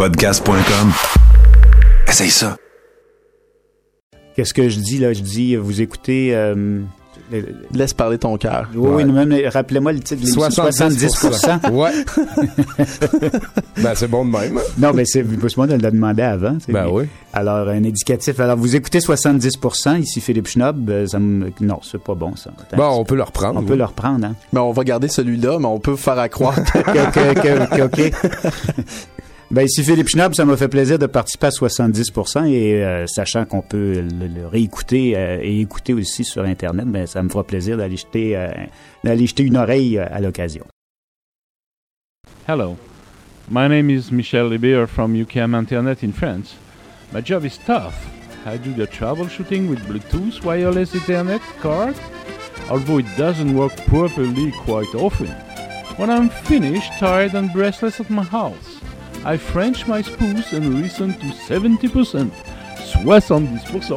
Podcast.com. Essaye ça. Qu'est-ce que je dis là? Je dis, vous écoutez... Laisse parler ton cœur. Oui, ouais. Même, rappelez-moi le titre de l'émission. 70%. Ouais. Ben, c'est bon de même. Non, mais c'est moi de le demander avant. Ben oui. Alors, un indicatif. Alors, vous écoutez 70%. Ici, Philippe Schnob. Non, c'est pas bon, ça. Attends, bon, on peut le reprendre. On peut le reprendre, hein. Ben, on va garder celui-là, mais on peut faire à croire OK. Ben, ici Philippe Schnob, ça m'a fait plaisir de participer à 70% et sachant qu'on peut le réécouter et écouter aussi sur Internet, ben, ça me fera plaisir d'aller jeter une oreille à l'occasion. Hello, my name is Michel Liber from UQAM Internet in France. My job is tough. I do the troubleshooting with Bluetooth wireless Ethernet card, although it doesn't work properly quite often. When I'm finished, tired and breathless at my house, I French my spouse and listen to 70%. 70%.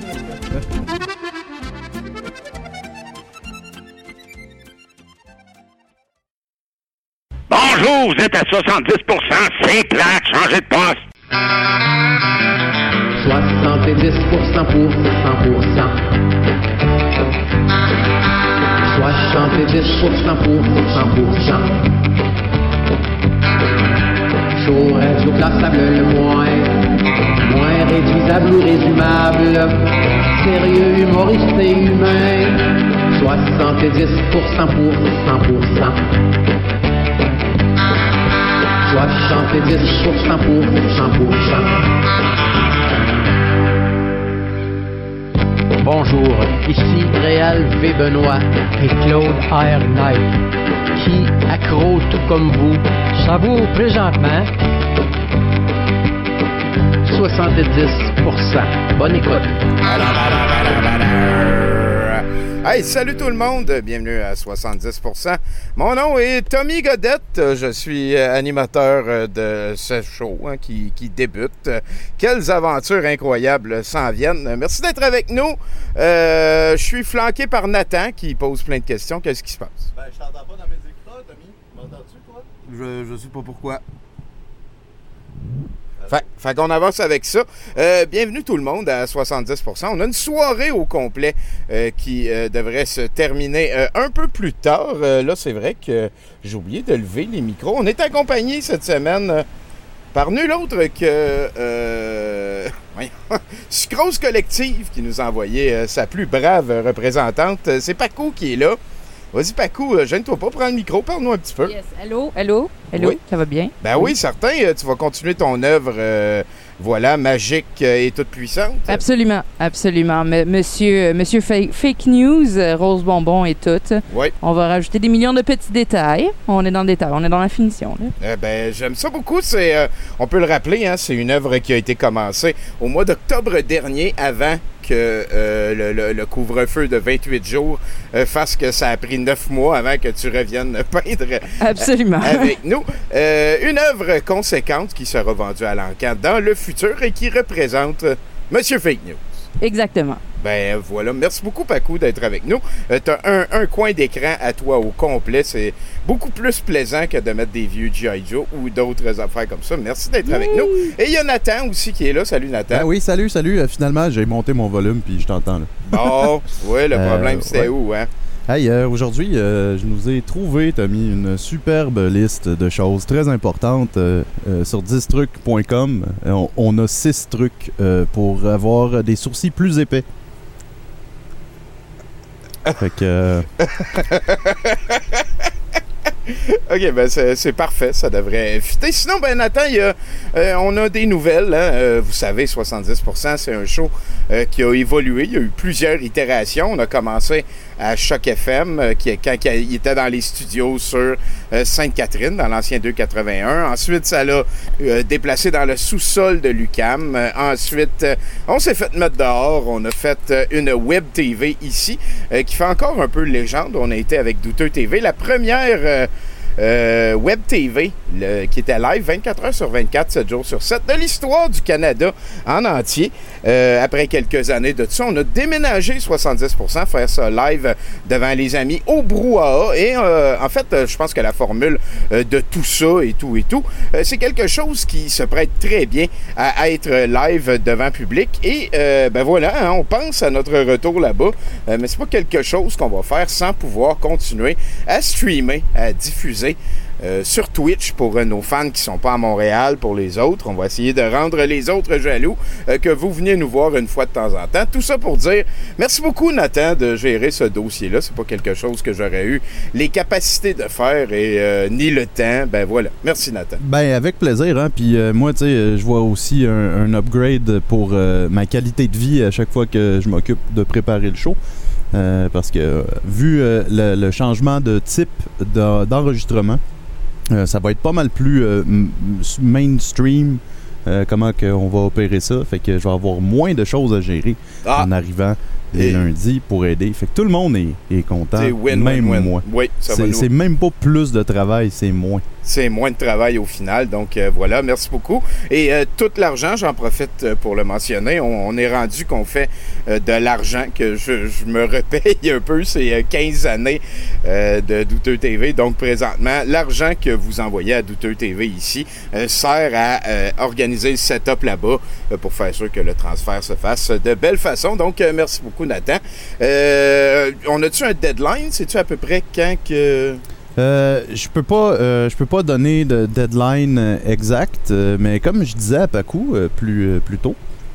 Bonjour, vous êtes à 70%, c'est plate, changez de poste. 70% pour 100%. 70% pour 100%. Chaud, radio classable le moins réduisable ou résumable, sérieux, humoriste et humain. 70% pour 100%. 70% pour 100%. Bonjour, ici Réal V. Benoît et Claude R. Knight, qui, accro tout comme vous, savoure présentement 70%. Bonne écoute. Hey, salut tout le monde, bienvenue à 70%. Mon nom est Tommy Godette, je suis animateur de ce show qui débute. Quelles aventures incroyables s'en viennent. Merci d'être avec nous. Je suis flanqué par Nathan qui pose plein de questions. Qu'est-ce qui se passe? Ben, je t'entends pas dans mes écouteurs, Tommy. M'entends-tu, toi? Je sais pas pourquoi. Fait qu'on avance avec ça. Bienvenue tout le monde à 70%. On a une soirée au complet qui devrait se terminer un peu plus tard. Là, c'est vrai que j'ai oublié de lever les micros. On est accompagné cette semaine par nul autre que Sucrose Collective qui nous a envoyé sa plus brave représentante. C'est Paco qui est là. Vas-y, Paco, gêne-toi pas, prends le micro, parle-nous un petit peu. Yes. Allô, oui. Ça va bien? Ben oui, certain, tu vas continuer ton œuvre, magique et toute puissante. Absolument. Monsieur Fake News, Rose Bonbon et tout. Oui. On va rajouter des millions de petits détails. On est dans le détail, on est dans la finition. Là. J'aime ça beaucoup. On peut le rappeler, c'est une œuvre qui a été commencée au mois d'octobre dernier, avant que le couvre-feu de 28 jours fasse que ça a pris 9 mois avant que tu reviennes peindre avec nous. Une œuvre conséquente qui sera vendue à l'encan dans le futur et qui représente Monsieur Fake News. Exactement. Ben voilà, merci beaucoup Paco d'être avec nous. T'as un coin d'écran à toi au complet, c'est beaucoup plus plaisant que de mettre des vieux G.I. Joe ou d'autres affaires comme ça. Merci d'être avec nous. Et il y a Nathan aussi qui est là. Salut Nathan. Ben oui, salut. Finalement, j'ai monté mon volume puis je t'entends là. Bon, ouais, le problème c'était où, hein? Hey, aujourd'hui, je nous ai trouvé, Tommy, une superbe liste de choses très importantes sur 10trucs.com. On a 6 trucs pour avoir des sourcils plus épais. Fait que... OK, ben c'est parfait, ça devrait fitter. Sinon, ben Nathan, on a des nouvelles. Hein? Vous savez, 70%, c'est un show qui a évolué. Il y a eu plusieurs itérations. On a commencé à Choc FM, quand il était dans les studios sur Sainte-Catherine, dans l'ancien 281. Ensuite, ça l'a déplacé dans le sous-sol de l'UQAM. Ensuite, on s'est fait mettre dehors. On a fait une web TV ici, qui fait encore un peu légende. On a été avec Douteux TV. La première Web TV, qui était live 24 heures sur 24, 7 jours sur 7, de l'histoire du Canada en entier. Après quelques années de ça, on a déménagé 70%, faire ça live devant les amis au brouhaha. Et en fait, je pense que la formule de tout ça et tout, c'est quelque chose qui se prête très bien à être live devant public. Et ben voilà, hein, on pense à notre retour là-bas, mais c'est pas quelque chose qu'on va faire sans pouvoir continuer à streamer, à diffuser sur Twitch pour nos fans qui sont pas à Montréal, pour les autres. On va essayer de rendre les autres jaloux que vous veniez nous voir une fois de temps en temps. Tout ça pour dire merci beaucoup, Nathan, de gérer ce dossier-là. C'est pas quelque chose que j'aurais eu les capacités de faire et ni le temps. Ben voilà. Merci, Nathan. Ben avec plaisir, hein. Puis moi, tu sais, je vois aussi un upgrade pour ma qualité de vie à chaque fois que je m'occupe de préparer le show. Parce que vu le changement de type d'enregistrement, ça va être pas mal plus mainstream, comment qu'on va opérer ça. Fait que je vais avoir moins de choses à gérer en arrivant les lundis pour aider. Fait que tout le monde est content, même moi. Oui, c'est même pas plus de travail, c'est moins. C'est moins de travail au final. Donc voilà, merci beaucoup. Et tout l'argent, j'en profite pour le mentionner, on est rendu qu'on fait de l'argent que je me repaye un peu ces 15 années de Douteux TV. Donc présentement, l'argent que vous envoyez à Douteux TV ici sert à organiser le setup là-bas pour faire sûr que le transfert se fasse de belle façon. Donc merci beaucoup, Nathan. On a-tu un deadline? Sais-tu à peu près quand que... je peux pas donner de deadline exact, mais comme je disais à Pacou plus tôt,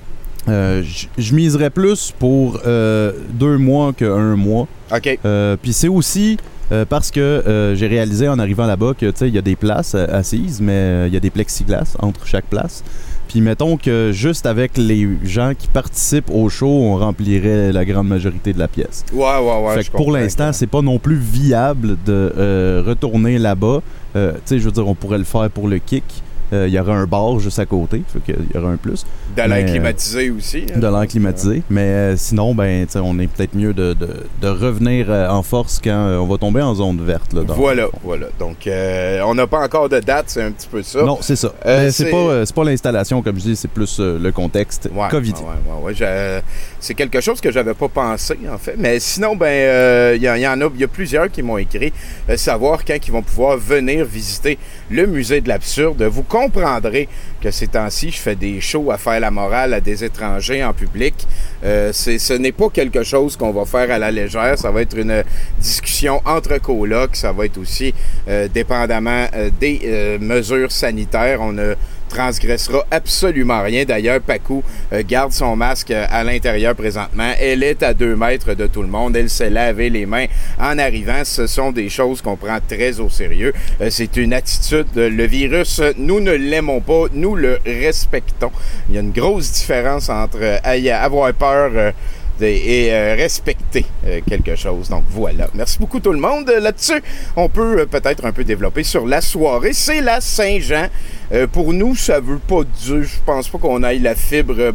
je miserais plus pour 2 mois que 1 mois. OK. Puis c'est aussi parce que j'ai réalisé en arrivant là-bas que, tu sais, il y a des places assises, mais il y a des plexiglas entre chaque place. Puis mettons que juste avec les gens qui participent au show, on remplirait la grande majorité de la pièce. Ouais. Fait que pour l'instant, c'est pas non plus viable de retourner là-bas. Tu sais, je veux dire, on pourrait le faire pour le kick. Il y aura un bar juste à côté, fait qu'il y aura un plus. De l'air climatisé aussi. Hein? De l'air climatisé. Mais sinon, ben, on est peut-être mieux de revenir en force quand on va tomber en zone verte. Là, voilà. Donc, on n'a pas encore de date, c'est un petit peu ça. Non, c'est ça. Mais c'est pas l'installation, comme je dis, c'est plus le contexte COVID. Ouais. C'est quelque chose que j'avais pas pensé, en fait. Mais sinon, ben, il y a plusieurs qui m'ont écrit savoir quand ils vont pouvoir venir visiter le musée de l'absurde. Vous comprendrez que ces temps-ci, je fais des shows à faire la morale à des étrangers en public. Ce n'est pas quelque chose qu'on va faire à la légère. Ça va être une discussion entre colocs. Ça va être aussi dépendamment des mesures sanitaires. On ne transgressera absolument rien. D'ailleurs, Pacou garde son masque à l'intérieur présentement. Elle est à 2 mètres de tout le monde. Elle s'est lavé les mains en arrivant. Ce sont des choses qu'on prend très au sérieux. C'est une attitude. Le virus, nous ne l'aimons pas. Nous le respectons. Il y a une grosse différence entre avoir peur et respecter quelque chose. Donc voilà. Merci beaucoup tout le monde. Là-dessus, on peut peut-être un peu développer sur la soirée. C'est la Saint-Jean. Pour nous, ça veut pas dire, je pense pas qu'on aille la fibre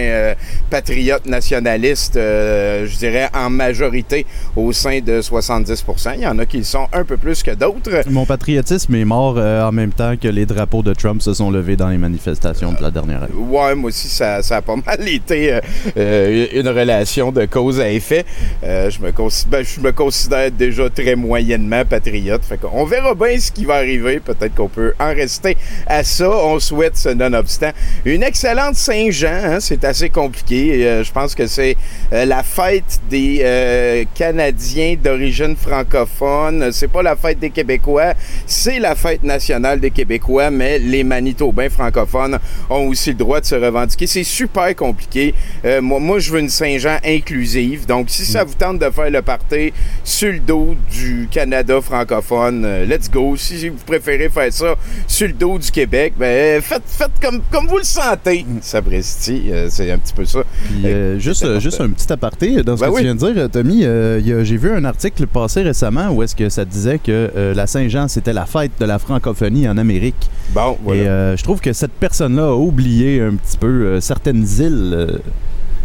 patriote nationaliste, je dirais en majorité au sein de 70%. Il y en a qui le sont un peu plus que d'autres. Mon patriotisme est mort en même temps que les drapeaux de Trump se sont levés dans les manifestations de la dernière année. Ouais, moi aussi, ça a pas mal été une relation de cause à effet. Je me considère déjà très moyennement patriote. Fait qu'on verra bien ce qui va arriver. Peut-être qu'on peut en rester à ça. On souhaite, ce nonobstant, une excellente Saint-Jean. Hein? C'est assez compliqué. Je pense que c'est la fête des Canadiens d'origine francophone. C'est pas la fête des Québécois. C'est la fête nationale des Québécois, mais les Manitobains francophones ont aussi le droit de se revendiquer. C'est super compliqué. Moi, je veux une Saint-Jean inclusive. Donc, si ça vous tente de faire le party sur le dos du Canada francophone, let's go. Si vous préférez faire ça sur le dos du Québec, ben faites comme vous le sentez. Sapristi, c'est un petit peu ça. Puis, juste un petit aparté dans ce que tu viens de dire, Tommy. J'ai vu un article passé récemment où est-ce que ça disait que la Saint-Jean, c'était la fête de la francophonie en Amérique. Bon, voilà. Et je trouve que cette personne-là a oublié un petit peu certaines îles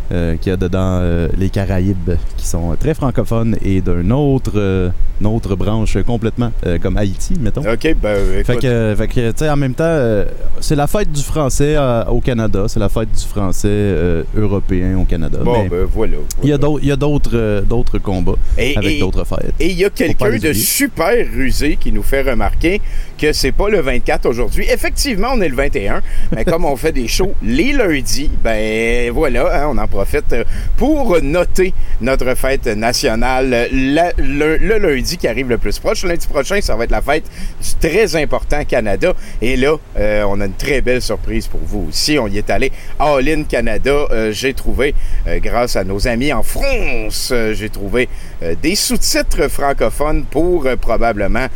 qu'il y a dedans les Caraïbes, qui sont très francophones, et d'une autre branche complètement, comme Haïti, mettons. OK, ben écoute. Fait que tu sais, en même temps, c'est la fête du français au Canada, c'est la fête du français européen au Canada. Bon, mais ben voilà. il y a d'autres combats avec d'autres fêtes. Et il y a quelqu'un de super rusé qui nous fait remarquer que c'est pas le 24 aujourd'hui. Effectivement, on est le 21, mais comme on fait des shows les lundis, ben voilà, hein, on en profite pour noter notre fête nationale le lundi qui arrive le plus proche. Lundi prochain, ça va être la fête du très important Canada. Et là, on a une très belle surprise pour vous aussi. On y est allé All In Canada. J'ai trouvé, grâce à nos amis en France, j'ai trouvé des sous-titres francophones pour probablement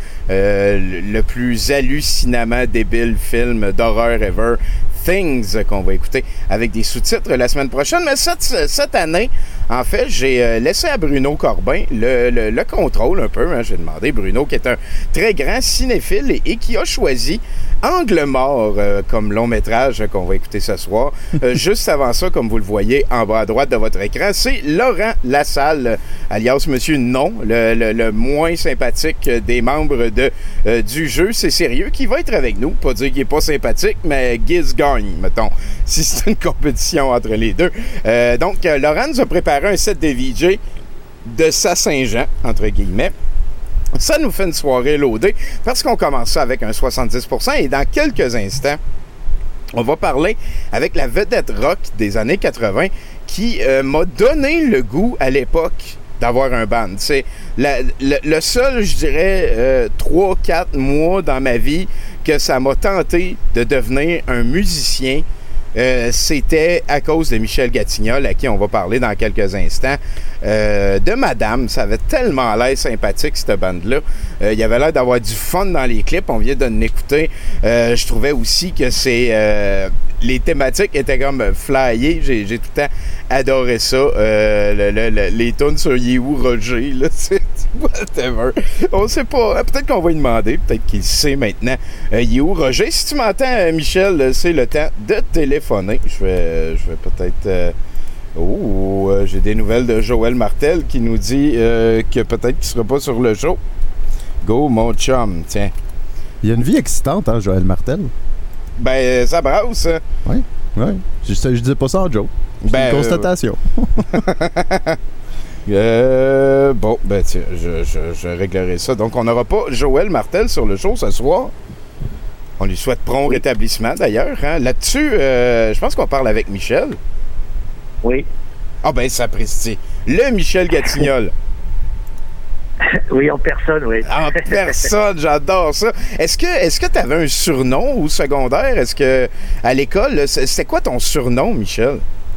le plus hallucinamment débile film d'horreur ever, Things, qu'on va écouter avec des sous-titres la semaine prochaine. Mais cette année, en fait, j'ai laissé à Bruno Corbin le contrôle un peu. Hein. J'ai demandé, Bruno, qui est un très grand cinéphile et qui a choisi Angle mort comme long métrage qu'on va écouter ce soir. Juste avant ça, comme vous le voyez en bas à droite de votre écran, c'est Laurent Lassalle, alias Monsieur Non, le moins sympathique des membres du jeu. C'est sérieux, qui va être avec nous. Pas dire qu'il n'est pas sympathique, mais Giz gagne, mettons, si c'est une compétition entre les deux. Donc, Laurent nous a préparé un set de VJ de sa Saint-Jean, entre guillemets. Ça nous fait une soirée loadée parce qu'on commence ça avec un 70% et dans quelques instants, on va parler avec la vedette rock des années 80 qui m'a donné le goût à l'époque d'avoir un band. C'est le seul, je dirais, 3-4 mois dans ma vie que ça m'a tenté de devenir un musicien. C'était à cause de Michel Gatignol, à qui on va parler dans quelques instants, de Madame. Ça avait tellement l'air sympathique, cette bande-là. Il y avait l'air d'avoir du fun dans les clips. On vient de l'écouter. Je trouvais aussi que les thématiques étaient comme flyées. J'ai tout le temps adoré ça. Les tunes sur You Roger, là, c'est whatever. On sait pas. Peut-être qu'on va lui demander. Peut-être qu'il sait maintenant. You Roger, si tu m'entends, Michel, c'est le temps de téléphoner. Je vais peut-être... j'ai des nouvelles de Joël Martel qui nous dit que peut-être qu'il sera pas sur le show. Go, mon chum, tiens. Il y a une vie excitante, hein, Joël Martel? Ben, ça brasse. Oui. Je disais pas ça en joke. C'est une constatation. Bon, ben tiens, je réglerai ça. Donc, on n'aura pas Joël Martel sur le show ce soir. On lui souhaite prompt rétablissement, d'ailleurs. Hein. Là-dessus, je pense qu'on parle avec Michel. Oui. Ah ben, ça apprécie. Le Michel Gatignol. Oui, en personne, oui. En personne, j'adore ça. Est-ce que tu avais un surnom au secondaire? Est-ce que à l'école, c'était quoi ton surnom, Michel?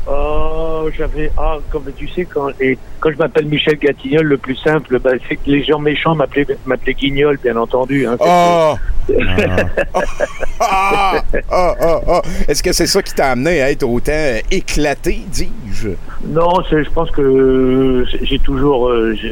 Comme tu sais, quand je m'appelle Michel Gatignol, le plus simple, c'est que les gens méchants m'appelaient Guignol, bien entendu. Hein, Est-ce que c'est ça qui t'a amené à être autant éclaté, dis-je? Non, je pense que j'ai toujours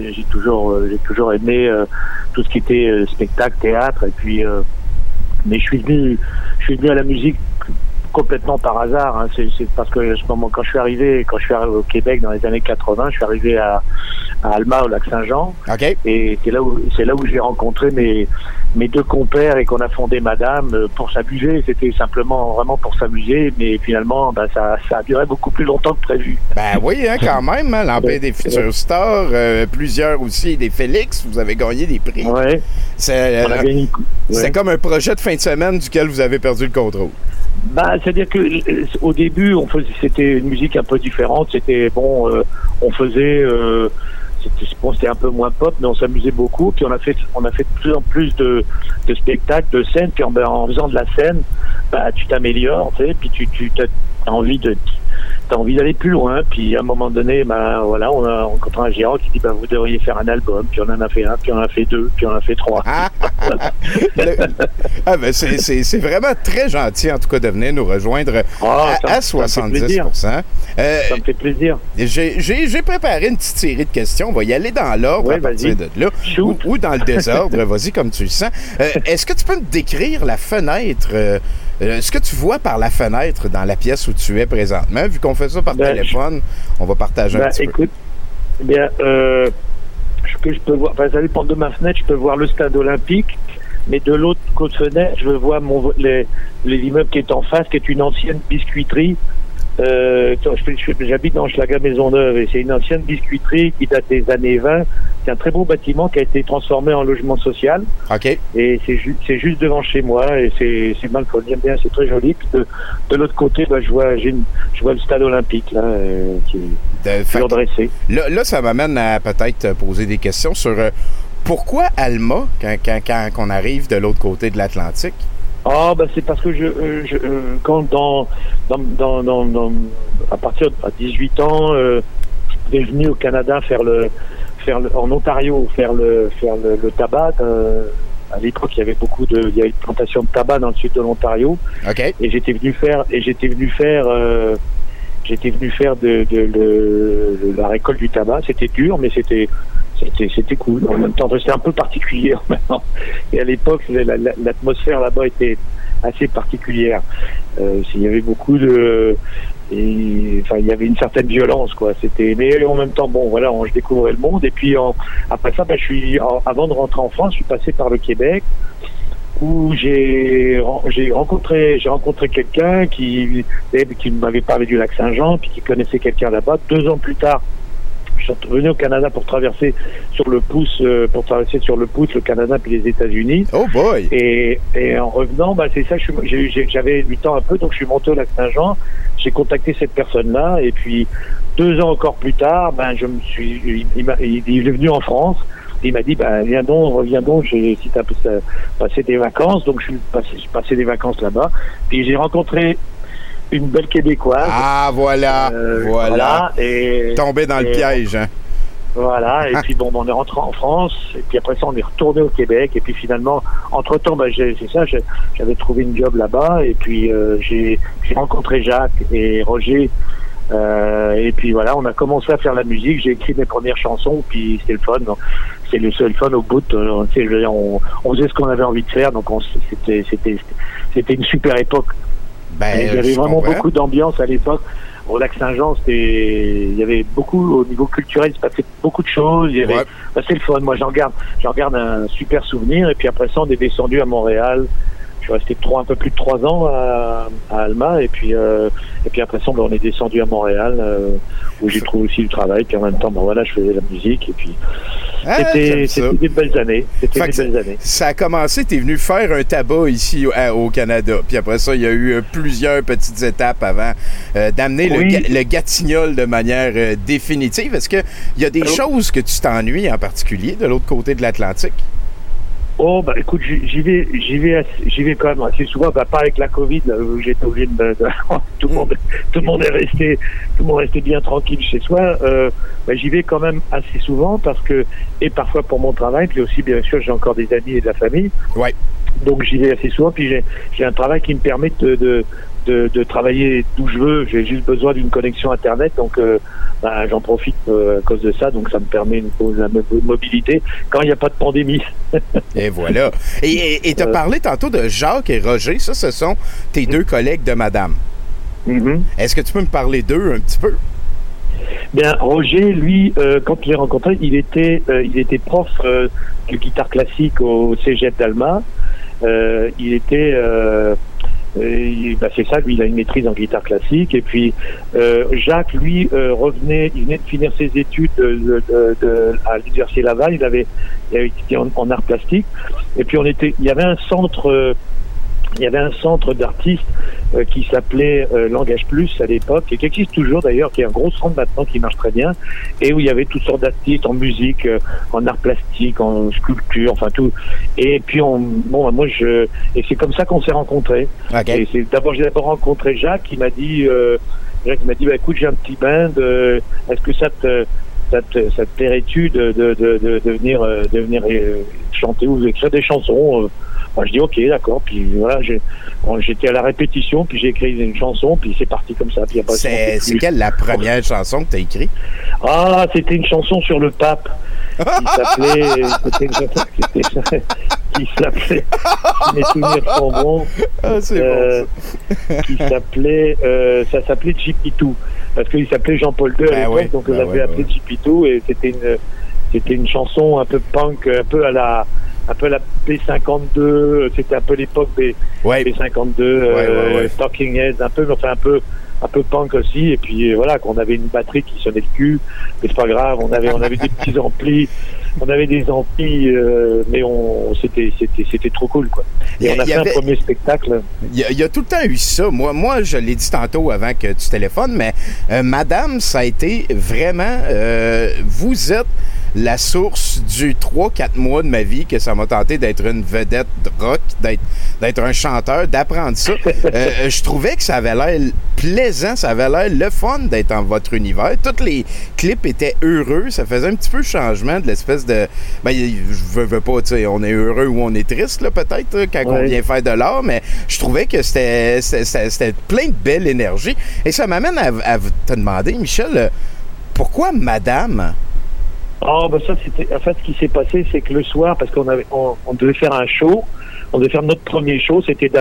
aimé tout ce qui était spectacle, théâtre, et puis mais je suis venu à la musique complètement par hasard. Hein. C'est parce que quand je suis arrivé au Québec dans les années 80, je suis arrivé à Alma, au Lac-Saint-Jean. Okay. Et c'est là où j'ai rencontré mes deux compères et qu'on a fondé Madame pour s'amuser. C'était simplement vraiment pour s'amuser, mais finalement, ça a duré beaucoup plus longtemps que prévu. Ben oui, hein, quand même. Hein, l'Empire des Futurs Stars, plusieurs aussi, des Félix, vous avez gagné des prix. Ouais. C'est comme un projet de fin de semaine duquel vous avez perdu le contrôle. C'est-à-dire que au début, c'était une musique un peu différente. C'était on faisait, c'était un peu moins pop, mais on s'amusait beaucoup. Puis on a fait de plus en plus de spectacles, de scènes. Puis en faisant de la scène, tu t'améliores, tu sais. Puis tu as envie d'aller plus loin. Puis à un moment donné, on a rencontré un gérant qui dit vous devriez faire un album. Puis on en a fait un, puis on en a fait deux, puis on en a fait trois. C'est vraiment très gentil en tout cas de venir nous rejoindre à 70%. Ça me fait plaisir. J'ai préparé une petite série de questions. On va y aller dans l'ordre à partir de là. Ou dans le désordre. Vas-y comme tu le sens. Est-ce que tu peux me décrire la fenêtre Ce que tu vois par la fenêtre dans la pièce où tu es présentement, vu qu'on fait ça par téléphone, on va partager un petit peu. Ce que je peux voir, ça dépend de ma fenêtre, je peux voir le stade olympique, mais de l'autre côté fenêtre, je vois l'immeuble qui est en face, qui est une ancienne biscuiterie. J'habite dans Schlager-Maisonneuve et c'est une ancienne biscuiterie qui date des années 20. C'est un très beau bâtiment qui a été transformé en logement social. OK. Et c'est juste devant chez moi et c'est mal qu'on aime bien, c'est très joli. Puis de l'autre côté, je vois le stade olympique là, qui est toujours dressé. Là, ça m'amène à peut-être poser des questions sur pourquoi Alma quand on arrive de l'autre côté de l'Atlantique? Ah, c'est parce que quand à partir de 18 ans, je suis venu au Canada en Ontario faire le tabac. À l'époque, il y avait une plantation de tabac dans le sud de l'Ontario. OK. Et j'étais venu faire de la récolte du tabac. C'était dur, mais c'était cool. En même temps, c'était un peu particulier maintenant. Et à l'époque, l'atmosphère là-bas était assez particulière. Il y avait beaucoup il y avait une certaine violence, quoi. Mais en même temps, je découvrais le monde. Et puis après ça, avant de rentrer en France, je suis passé par le Québec, où j'ai rencontré quelqu'un qui m'avait parlé du lac Saint-Jean, puis qui connaissait quelqu'un là-bas. 2 ans plus tard, je suis revenu au Canada pour traverser sur le pouce le Canada puis les États-Unis. Oh boy! Et en revenant, c'est ça, j'avais 8 ans un peu, donc je suis monté au lac Saint-Jean. J'ai contacté cette personne-là, et puis 2 ans encore plus tard, il est venu en France. Il m'a dit, reviens donc, si t'as passé des vacances. Donc je suis passé des vacances là-bas. Puis j'ai rencontré une belle Québécoise. Ah, voilà. Et tombé dans le piège, hein. Voilà, et puis on est rentré en France, et puis après ça, on est retourné au Québec, et puis finalement, entre-temps, j'avais trouvé une job là-bas, et puis j'ai rencontré Jacques et Roger, et puis voilà, on a commencé à faire la musique, j'ai écrit mes premières chansons, puis c'était le fun, c'est le seul fun au bout, on faisait ce qu'on avait envie de faire, donc c'était une super époque. Il y avait vraiment beaucoup d'ambiance à l'époque. Au lac Saint-Jean, il y avait beaucoup, au niveau culturel, il se passait beaucoup de choses. C'est le fun. Moi, j'en garde un super souvenir. Et puis après ça, on est descendu à Montréal. Je suis resté un peu plus de 3 ans à Alma. Et puis après ça, on est descendu à Montréal, où j'ai trouvé aussi du travail. Puis en même temps, je faisais la musique. Et puis c'était des belles années. Ça a commencé, tu es venu faire un tabac ici au Canada. Puis après ça, il y a eu plusieurs petites étapes avant d'amener le Gatignolles de manière définitive. Est-ce qu'il y a des choses que tu t'ennuies en particulier de l'autre côté de l'Atlantique? Oh, écoute, j'y vais quand même assez souvent, pas avec la Covid, là, où j'étais obligé tout le monde est resté bien tranquille chez soi. J'y vais quand même assez souvent et parfois pour mon travail, puis aussi, bien sûr, j'ai encore des amis et de la famille. Ouais. Donc, j'y vais assez souvent, puis j'ai un travail qui me permet de travailler d'où je veux. J'ai juste besoin d'une connexion Internet, donc j'en profite à cause de ça, donc ça me permet une mobilité quand il n'y a pas de pandémie. Et voilà. Et tu as parlé tantôt de Jacques et Roger, ça, ce sont tes 2 collègues de madame. Mm-hmm. Est-ce que tu peux me parler d'eux un petit peu? Bien, Roger, lui, quand je l'ai rencontré, il était prof de guitare classique au Cégep d'Alma. Il était... c'est ça, lui, il a une maîtrise en guitare classique. Et puis Jacques, lui, il venait de finir ses études à l'Université Laval. Il avait étudié en art plastique. Et puis il y avait un centre d'artistes qui s'appelait Langage Plus à l'époque, et qui existe toujours d'ailleurs, qui est un gros centre maintenant qui marche très bien, et où il y avait toutes sortes d'artistes en musique, en art plastique, en sculpture, enfin tout. Et puis et c'est comme ça qu'on s'est rencontrés. Okay. Et j'ai d'abord rencontré Jacques, qui m'a dit écoute, j'ai un petit band, est-ce que ça te plairait-tu de venir chanter ou écrire des chansons? Je dis ok, d'accord. Puis voilà, j'étais à la répétition, puis j'ai écrit une chanson, puis c'est parti comme ça. Puis c'est quelle la première chanson que tu as écrite? Ah, c'était une chanson sur le pape. Il s'appelait... qui s'appelait, si mes souvenirs sont bons, qui s'appelait, ça s'appelait GP2, parce qu'il s'appelait Jean-Paul II à l'époque, donc on l'avait appelé GP2, et c'était une chanson un peu punk, un peu à la B52, c'était un peu l'époque des B52, Talking Heads, un peu punk aussi, et puis voilà, qu'on avait une batterie qui sonnait le cul, mais c'est pas grave, on avait des petits amplis, mais c'était trop cool, quoi. Et on a fait un premier spectacle. Il y a tout le temps eu ça. Moi, je l'ai dit tantôt avant que tu téléphones, mais Madame, ça a été vraiment, vous êtes la source du 3-4 mois de ma vie que ça m'a tenté d'être une vedette de rock, d'être un chanteur, d'apprendre ça. Je trouvais que ça avait l'air plaisant, ça avait l'air le fun d'être dans votre univers. Tous les clips étaient heureux, ça faisait un petit peu changement de l'espèce de... Ben, je veux pas, tu sais, on est heureux ou on est triste, là, peut-être, quand on vient faire de l'art, mais je trouvais que c'était plein de belle énergie. Et ça m'amène à te demander, Michel, pourquoi Madame? Oh, ben ça, c'était, en fait, ce qui s'est passé, c'est que le soir, parce qu'on devait faire un show, on devait faire notre premier show, c'était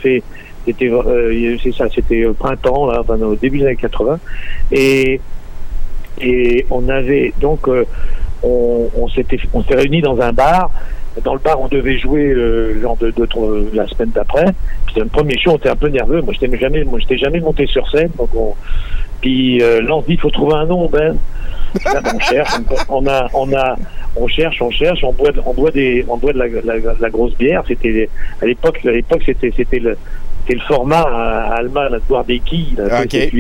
au printemps, là, enfin, au début des années 80, et on avait, donc, on s'est réunis dans un bar. Dans le bar, on devait jouer la semaine d'après. Puis le premier show, on était un peu nerveux. Moi, j'étais jamais monté sur scène. Donc puis là, on se dit, il faut trouver un nom, Ben. Là, on cherche, on cherche, on boit de la grosse bière. C'était à l'époque, c'était le format allemand, de boire des quilles. Là, okay.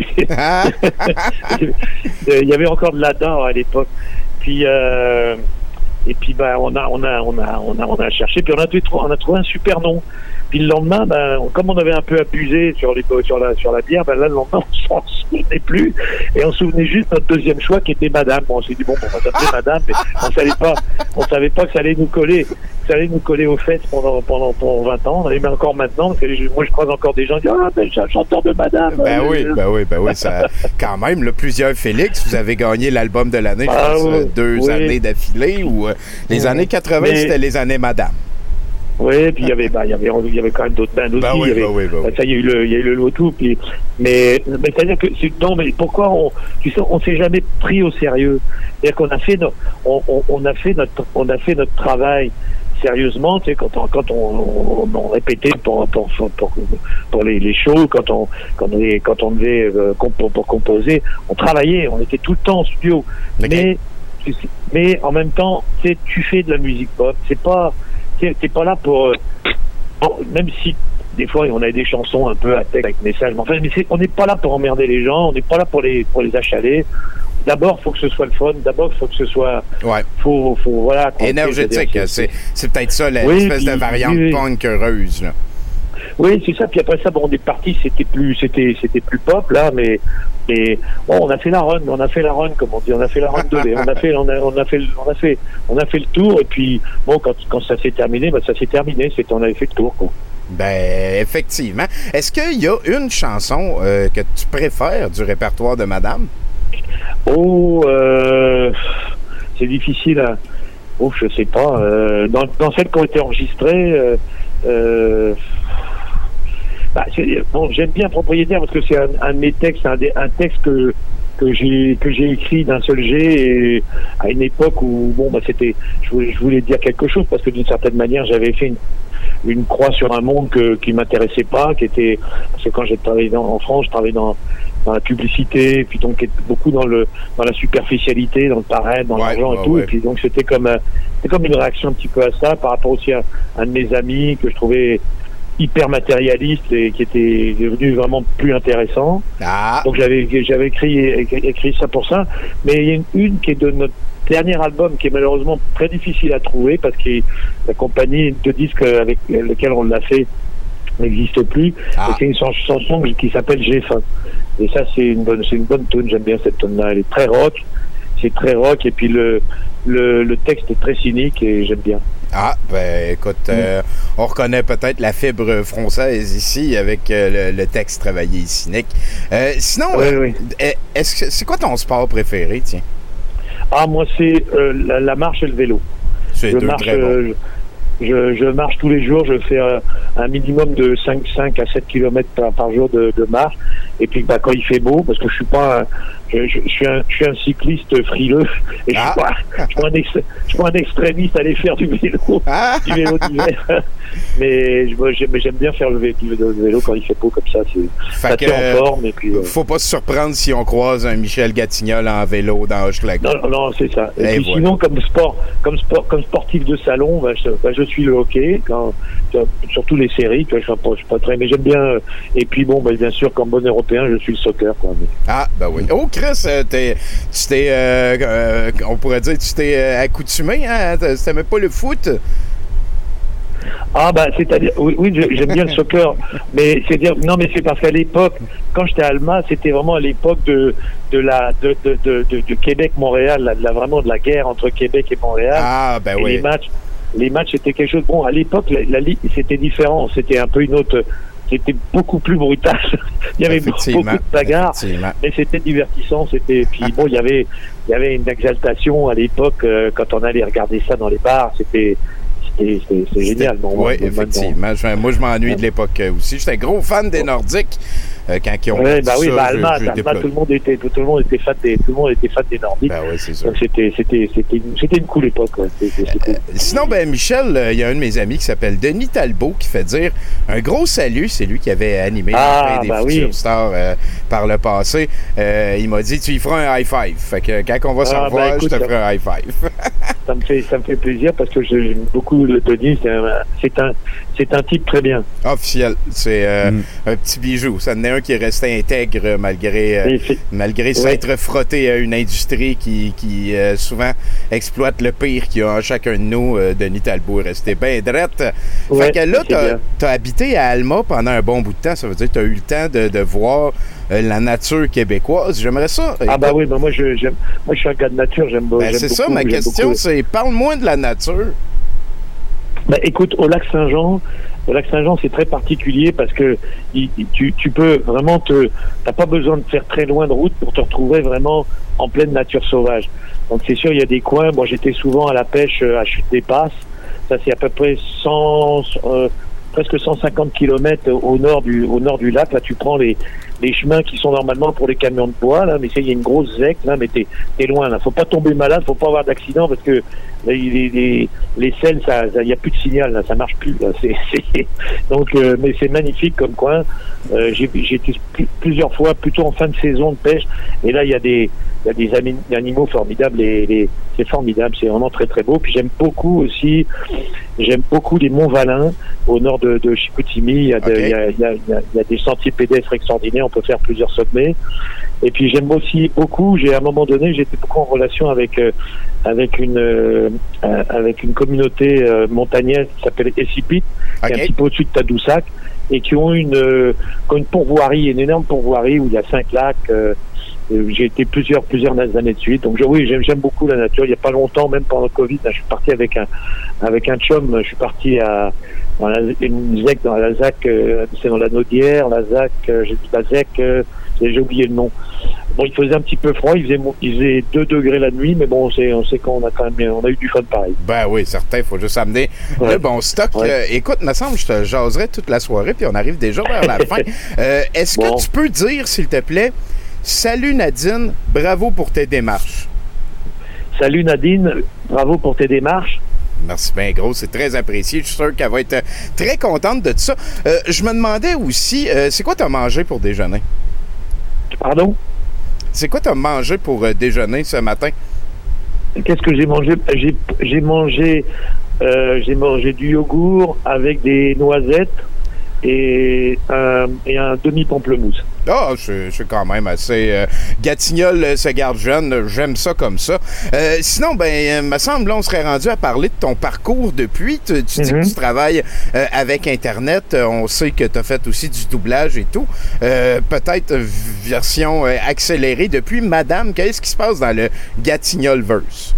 Il y avait encore de l'Adar à l'époque. Puis et puis on a cherché, puis on a trouvé un super nom. Puis le lendemain, comme on avait un peu abusé sur la bière, là le lendemain on s'en souvenait plus et on se souvenait juste de notre deuxième choix qui était Madame. Bon, on s'est dit on va s'appeler Madame, mais on savait pas que ça allait nous coller aux fesses pendant 20 ans. Et même encore maintenant, parce que moi je croise encore des gens qui disent je suis un chanteur de Madame. Ben oui, ça quand même là, plusieurs Félix, vous avez gagné l'album de l'année, je pense, 2 années d'affilée, ou les années 80 c'était les années Madame. Oui, puis il y avait quand même d'autres bands aussi. Ça, il y a eu le Loto, puis mais c'est-à-dire que mais pourquoi on s'est jamais pris au sérieux. C'est-à-dire qu'on a fait notre travail sérieusement, tu sais, quand on répétait pour les shows, quand on devait pour composer, on travaillait, on était tout le temps en studio. Okay. Mais en même temps, tu fais de la musique pop, t'es pas là pour même si des fois on a des chansons un peu à texte avec message, mais on n'est pas là pour emmerder les gens, on n'est pas là pour les achaler. D'abord, faut que ce soit le fun. D'abord, faut que ce soit faut voilà, énergétique. C'est peut-être ça l'espèce de variante punk heureuse là. Oui, c'est ça. Puis après ça, on est parti. C'était plus pop là, mais on a fait la run, comme on dit. On a fait la run de V. On a fait le tour. Et puis quand ça s'est terminé, ça s'est terminé. On avait fait le tour, quoi. Ben effectivement. Est-ce qu'il y a une chanson que tu préfères du répertoire de Madame? C'est difficile. Je sais pas. Dans celles qui ont été enregistrées. J'aime bien Propriétaire parce que c'est un de mes textes, un texte que j'ai écrit d'un seul jet, et à une époque où c'était, je voulais dire quelque chose parce que d'une certaine manière j'avais fait une croix sur un monde qui m'intéressait pas, parce que quand j'ai travaillé en France, je travaillais dans la publicité, puis donc beaucoup dans la superficialité, dans le paraître, dans l'argent et tout, et puis donc c'était comme une réaction un petit peu à ça, par rapport aussi à un de mes amis que je trouvais hyper matérialiste et qui était devenu vraiment plus intéressant. Donc j'avais écrit ça pour ça, mais il y a une qui est de notre dernier album qui est malheureusement très difficile à trouver parce que la compagnie de disques avec laquelle on l'a fait n'existe plus. Et c'est une chanson qui s'appelle J'ai faim. Et ça c'est une bonne tune, j'aime bien cette tune là, elle est très rock, et puis le texte est très cynique et j'aime bien. Écoute, on reconnaît peut-être la fibre française ici avec le texte travaillé et cynique. Sinon, c'est quoi ton sport préféré, tiens? Moi, c'est la marche et le vélo. C'est deux très bons. Je marche tous les jours, je fais un minimum de 5 à 7 km par jour de marche. Et puis quand il fait beau, parce que je suis pas je suis un cycliste frileux et je suis pas un extrémiste à aller faire du vélo d'hiver. Mais j'aime bien faire le vélo quand il fait beau comme ça. Ça tient en forme. Et puis, faut pas se surprendre si on croise un Michel Gatignol en vélo dans Hochelaga. Non, c'est ça. Et puis voilà. Sinon, comme sportif de salon, je suis le hockey, surtout les séries. Je suis pas très, mais j'aime bien. Et puis bon, bien sûr, comme bon Européen, je suis le soccer. Ah, ben oui. Oh, Chris, on pourrait dire, tu t'es accoutumé, hein? T'aimais pas le foot? Ah, c'est-à-dire, oui, j'aime bien le soccer, mais c'est parce qu'à l'époque, quand j'étais à Alma, c'était vraiment à l'époque de Québec-Montréal, vraiment de la guerre entre Québec et Montréal. Ah, ben et oui. Les matchs, c'était quelque chose. Bon, à l'époque, la ligue, c'était différent. C'était un peu une autre. C'était beaucoup plus brutal. Il y avait beaucoup de bagarres, mais c'était divertissant. Puis bon, il y avait une exaltation à l'époque quand on allait regarder ça dans les bars. C'était génial. Oui, effectivement. Moi, je m'ennuie de l'époque aussi. J'étais gros fan des Nordiques quand ils ont fait ça. Alma, tout le monde était fan des Nordiques. Ben oui, c'est sûr. Donc c'était une cool époque. Sinon, Michel, il y a un de mes amis qui s'appelle Denis Talbot qui fait dire un gros salut. C'est lui qui avait animé des Futurs Stars par le passé. Il m'a dit tu y feras un high five. Fait que quand on va se revoir, je te ferai un high five. ça me fait plaisir parce que j'aime beaucoup le Denis. C'est un type très bien. Officiel. C'est un petit bijou. Ça en est un qui est resté intègre malgré s'être frotté à une industrie qui souvent exploite le pire qu'il y a en chacun de nous. Denis Talbot est resté bien drette. Fait que là, t'as habité à Alma pendant un bon bout de temps. Ça veut dire que t'as eu le temps de voir la nature québécoise. J'aimerais ça. Moi, je suis un gars de nature. J'aime beaucoup. C'est ça, ma question, c'est parle-moi de la nature. Écoute, au lac Saint-Jean, c'est très particulier parce que tu peux vraiment t'as pas besoin de faire très loin de route pour te retrouver vraiment en pleine nature sauvage. Donc c'est sûr, il y a des coins. Moi, j'étais souvent à la pêche à Chute des Passes. Ça, c'est à peu près presque 150 km au nord du lac. Là, tu prends les chemins qui sont normalement pour les camions de bois, là, mais il y a une grosse zec, là, mais t'es loin, là. Faut pas tomber malade, faut pas avoir d'accident, parce que là, les selles, il y a plus de signal, là, ça marche plus, là. Donc, mais c'est magnifique comme coin. J'ai été plusieurs fois, plutôt en fin de saison de pêche, et là, il y a des animaux formidables, c'est formidable, c'est vraiment très très beau. Puis j'aime beaucoup les Monts Valin, au nord de Chicoutimi. Il y a des sentiers pédestres extraordinaires, on peut faire plusieurs sommets. Et puis j'aime aussi beaucoup, à un moment donné, j'étais beaucoup en relation avec une communauté montagnaise qui s'appelle Essipit, qui est un petit peu au-dessus de Tadoussac, et qui ont une pourvoirie, une énorme pourvoirie où il y a 5 lacs. J'ai été plusieurs années de suite. Donc j'aime beaucoup la nature. Il n'y a pas longtemps, même pendant le Covid, là, je suis parti avec un chum. Je suis parti dans une ZEC, dans la ZAC, c'est dans la Naudière, la ZAC, j'ai dit la ZEC, j'ai oublié le nom. Bon, il faisait un petit peu froid, il faisait 2 degrés la nuit, mais bon, on sait qu'on a quand même, on a eu du fun pareil. Ben oui, certain, il faut juste amener le bon stock. Écoute, me semble, je te jaserai toute la soirée, puis on arrive déjà vers la fin. Est-ce que tu peux dire, s'il te plaît, salut Nadine, bravo pour tes démarches. Salut Nadine, bravo pour tes démarches. Merci bien gros, c'est très apprécié. Je suis sûr qu'elle va être très contente de tout ça. Je me demandais aussi, c'est quoi tu as mangé pour déjeuner? Pardon? C'est quoi tu as mangé pour déjeuner ce matin? Qu'est-ce que j'ai mangé? J'ai mangé du yogourt avec des noisettes et un demi-pamplemousse. Ah, je suis quand même assez... Gatignol se garde jeune, j'aime ça comme ça. Sinon, me semble, là, on serait rendu à parler de ton parcours depuis. Tu dis que tu travailles avec Internet. On sait que tu as fait aussi du doublage et tout. Peut-être version accélérée depuis. Madame, qu'est-ce qui se passe dans le Gatignolverse?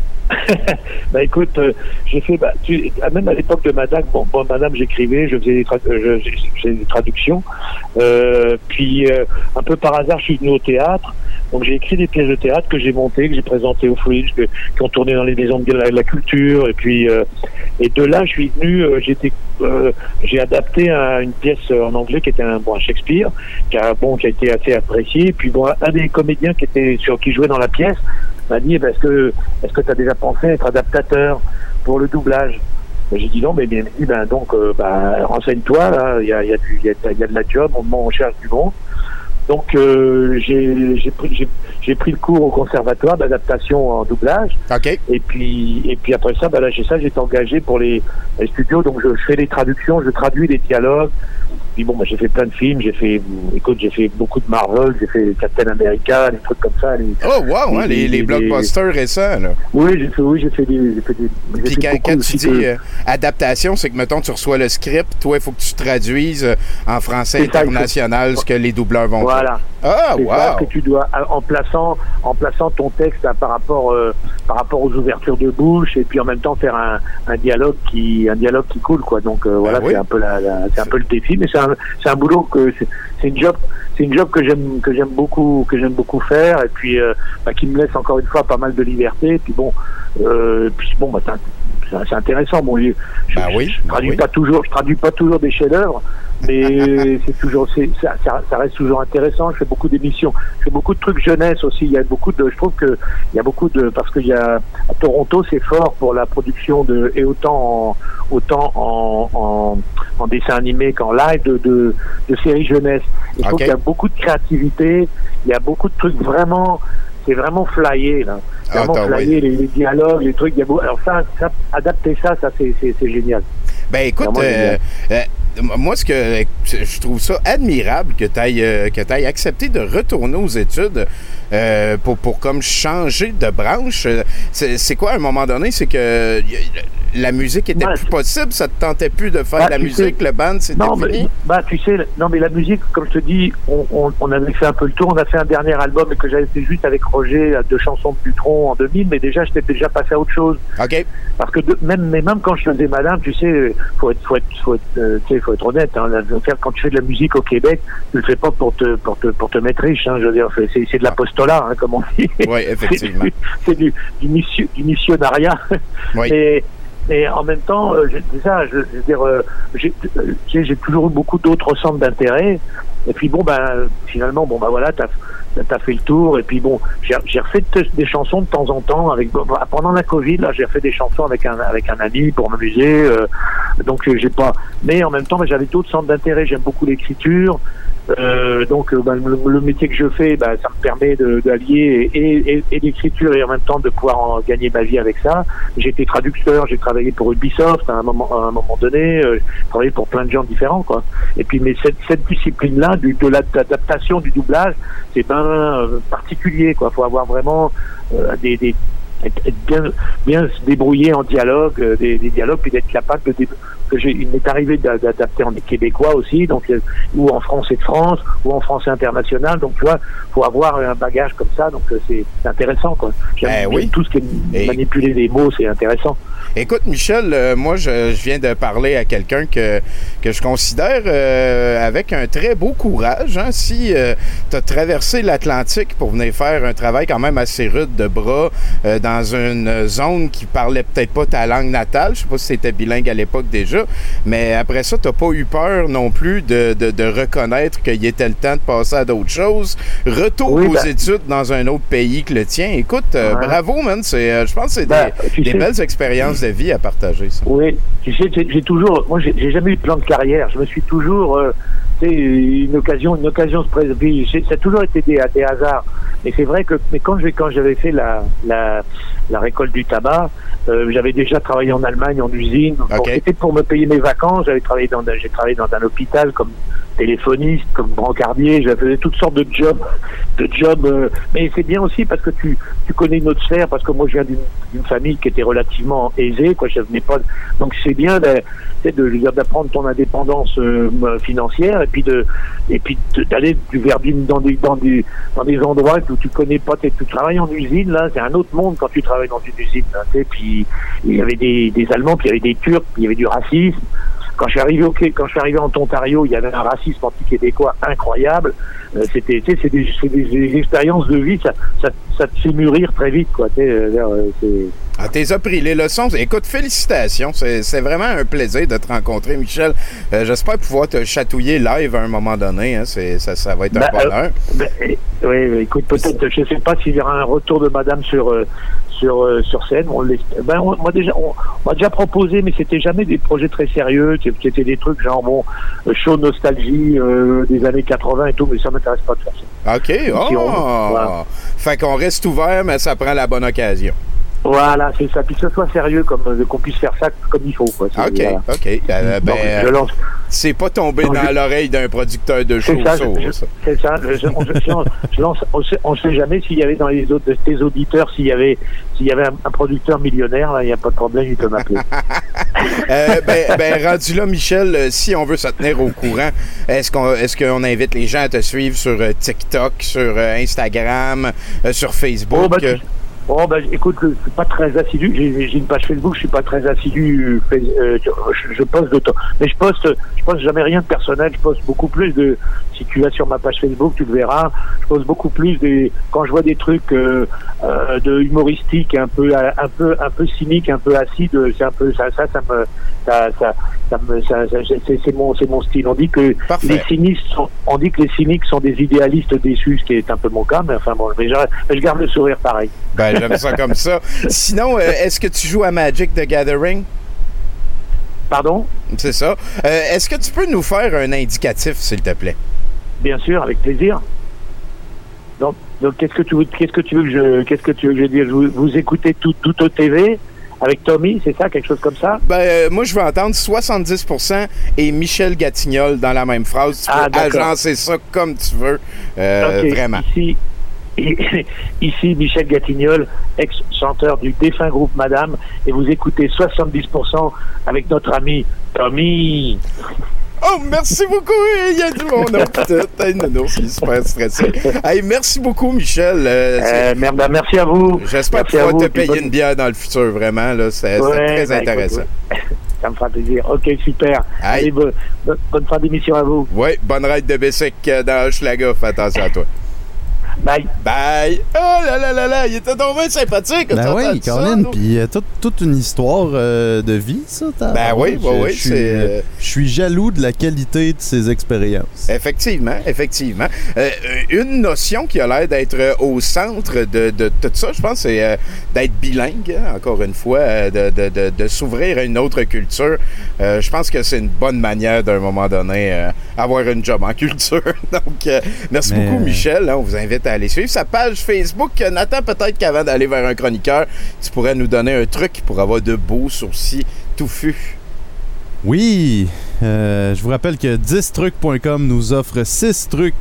Écoute, j'ai fait même à l'époque de Madame, Madame, j'écrivais, je faisais des traductions. Puis un peu par hasard, je suis venu au théâtre. Donc j'ai écrit des pièces de théâtre que j'ai montées, que j'ai présentées au Fringe, qui ont tourné dans les maisons de la culture. Et puis et de là, je suis venu, j'ai adapté une pièce en anglais qui était un Shakespeare, qui a été assez apprécié. Et puis un des comédiens qui jouait dans la pièce m'a dit est-ce que tu as déjà pensé à être adaptateur pour le doublage? J'ai dit non, mais il m'a dit renseigne-toi, là, il y a de la job, on cherche du monde. Donc j'ai pris le cours au conservatoire d'adaptation en doublage. Okay. Et puis après ça, j'ai été engagé pour les studios. Donc je fais les traductions, je traduis les dialogues. Puis j'ai fait plein de films. J'ai fait beaucoup de Marvel. J'ai fait Captain America, des trucs comme ça. Les blockbusters récents. Là. Oui, j'ai fait des. Puis quand tu dis adaptation, c'est que mettons tu reçois le script, toi il faut que tu traduises en français international ce que les doubleurs vont faire. Voilà. Ah, c'est ça que tu dois, en plaçant ton texte par rapport aux ouvertures de bouche, et puis en même temps faire un dialogue qui coule, quoi. Donc c'est un peu le défi, mais c'est un boulot c'est une job que j'aime beaucoup faire, et puis qui me laisse encore une fois pas mal de liberté. Et puis c'est intéressant. Je traduis pas toujours des chefs-d'œuvre, mais ça reste toujours intéressant. Je fais beaucoup d'émissions, je fais beaucoup de trucs jeunesse aussi. Je trouve que il y a beaucoup de, parce qu'il y a à Toronto, c'est fort pour la production autant en dessin animé qu'en live de séries jeunesse. Je trouve qu'il y a beaucoup de créativité, il y a beaucoup de trucs vraiment. C'est vraiment flyé, là. Vraiment flyé, les dialogues, les trucs. Alors adapter ça, c'est génial. Ben écoute, moi, je trouve ça admirable que tu ailles accepté de retourner aux études pour comme changer de branche. C'est quoi, à un moment donné, c'est que la musique était plus possible, ça te tentait plus de faire de la musique, le band, c'était fini? Mais la musique, comme je te dis, on avait fait un peu le tour, on a fait un dernier album que j'avais fait juste avec Roger, de chansons de Putron en 2000, mais déjà, j'étais déjà passé à autre chose. OK. Parce que même quand je faisais Madame, tu sais, faut être honnête, hein, quand tu fais de la musique au Québec, tu le fais pas pour te mettre riche, hein, je veux dire, c'est de l'apostolat, hein, comme on dit. Oui, effectivement. c'est du missionnariat. Oui. Et en même temps, j'ai toujours eu beaucoup d'autres centres d'intérêt. Et puis finalement, t'as fait le tour. Et puis j'ai refait des chansons de temps en temps pendant la Covid. Là, j'ai refait des chansons avec un ami pour m'amuser. Donc j'ai pas. Mais en même temps, j'avais d'autres centres d'intérêt. J'aime beaucoup l'écriture. Le métier que je fais, ça me permet d'allier et l'écriture et en même temps de pouvoir gagner ma vie avec ça. J'ai été traducteur, j'ai travaillé pour Ubisoft à un moment donné, j'ai travaillé pour plein de gens différents, quoi. Et puis mais cette discipline-là de l'adaptation du doublage, c'est particulier, quoi. Faut avoir vraiment bien se débrouiller en dialogue, des dialogues, puis d'être capable il m'est arrivé d'adapter en québécois aussi, donc ou en français de France, ou en français international. Donc tu vois, faut avoir un bagage comme ça, donc c'est intéressant, quoi. Tout ce qui est manipuler des mots, c'est intéressant. Écoute, Michel, moi, je viens de parler à quelqu'un que je considère avec un très beau courage. Hein, si tu as traversé l'Atlantique pour venir faire un travail quand même assez rude de bras dans une zone qui parlait peut-être pas ta langue natale, je sais pas si c'était bilingue à l'époque déjà, mais après ça, tu n'as pas eu peur non plus de reconnaître qu'il était le temps de passer à d'autres choses. Retour aux études dans un autre pays que le tien. Écoute, bravo, man. Je pense que c'est des belles expériences de vie à partager, ça. Oui, tu sais, j'ai jamais eu de plan de carrière. Je me suis toujours, une occasion se présente. Ça a toujours été des hasards. Et c'est vrai que, mais quand j'avais fait la récolte du tabac, j'avais déjà travaillé en Allemagne, en usine. C'était pour me payer mes vacances. J'ai travaillé dans un hôpital comme téléphoniste, comme brancardier. J'avais fait toutes sortes de jobs. Mais c'est bien aussi parce que tu connais une autre sphère, parce que moi, je viens d'une famille qui était relativement aisée, quoi. Je venais pas. Donc c'est bien d'apprendre ton indépendance financière et puis d'aller dans des endroits où tu connais pas. Tu travailles en usine, là, c'est un autre monde quand tu travailles dans une usine. Là, puis il y avait des Allemands, puis il y avait des Turcs, puis il y avait du racisme. Quand je suis arrivé en Ontario, il y avait un racisme anti-québécois incroyable. c'est des expériences de vie, ça te fait mûrir très vite, quoi. Ah, t'es appris les leçons. Écoute, félicitations. C'est vraiment un plaisir de te rencontrer, Michel. J'espère pouvoir te chatouiller live à un moment donné. Hein. Ça va être un bonheur. Oui, écoute, peut-être, je ne sais pas s'il y aura un retour de madame sur scène. On m'a déjà proposé, mais c'était jamais des projets très sérieux. C'était des trucs genre, show nostalgie des années 80 et tout, mais ça m'intéresse pas de faire ça. OK. Voilà. Fait qu'on reste ouvert, mais ça prend la bonne occasion. Voilà, c'est ça. Puis que ce soit sérieux, qu'on puisse faire ça comme il faut, quoi. OK. Donc, je lance. C'est pas tombé dans l'oreille d'un producteur de show. C'est ça. Je lance. On sait jamais s'il y avait dans les autres de tes auditeurs, s'il y avait un producteur millionnaire, là, il n'y a pas de problème, il peut m'appeler. Rendu là, Michel, si on veut se tenir au courant, est-ce qu'on invite les gens à te suivre sur TikTok, sur Instagram, sur Facebook? Écoute, je suis pas très assidu. J'ai une page Facebook, je suis pas très assidu. Je poste de temps, mais je poste jamais rien de personnel. Je poste beaucoup plus de. Si tu vas sur ma page Facebook, tu le verras. Je poste beaucoup plus quand je vois des trucs de humoristiques, un peu cyniques, un peu acides. C'est un peu c'est mon style. On dit que les cyniques sont des idéalistes déçus, ce qui est un peu mon cas. Mais enfin bon, mais je garde le sourire pareil. J'aime ça comme ça. Sinon, est-ce que tu joues à Magic the Gathering? Pardon? C'est ça. Est-ce que tu peux nous faire un indicatif, s'il te plaît? Bien sûr, avec plaisir. Donc qu'est-ce que tu veux que je dise? Vous écoutez tout au TV avec Tommy, c'est ça, quelque chose comme ça? Moi, je veux entendre 70% et Michel Gatignol dans la même phrase. Tu peux agencer ça comme tu veux. Vraiment. Ici Michel Gatignol, ex-chanteur du défunt groupe Madame, et vous écoutez 70% avec notre ami Tommy. Oh, merci beaucoup! Il y a du monde. Non, c'est super stressé. Hey, merci beaucoup, Michel. Merci à vous. J'espère pouvoir te payer une bière dans le futur, vraiment. Là, c'est très intéressant. Ça me fera plaisir. OK, super. Allez, bonne fin d'émission à vous. Oui, bonne ride de Bessic dans Hochelaga. Fais attention à toi. Bye. Bye. Oh là là là là, il était donc bien sympathique. Ben oui, Colin, puis toute une histoire de vie, ça. Oui. Je suis jaloux de la qualité de ses expériences. Effectivement. Une notion qui a l'air d'être au centre de tout ça, je pense, c'est d'être bilingue, encore une fois, de s'ouvrir à une autre culture. Je pense que c'est une bonne manière, d'un moment donné, avoir une job en culture. Donc, merci beaucoup, Michel. On vous invite à aller suivre sa page Facebook. Nathan, peut-être qu'avant d'aller vers un chroniqueur, tu pourrais nous donner un truc pour avoir de beaux sourcils touffus. Oui, je vous rappelle que 10trucs.com nous offre 6 trucs.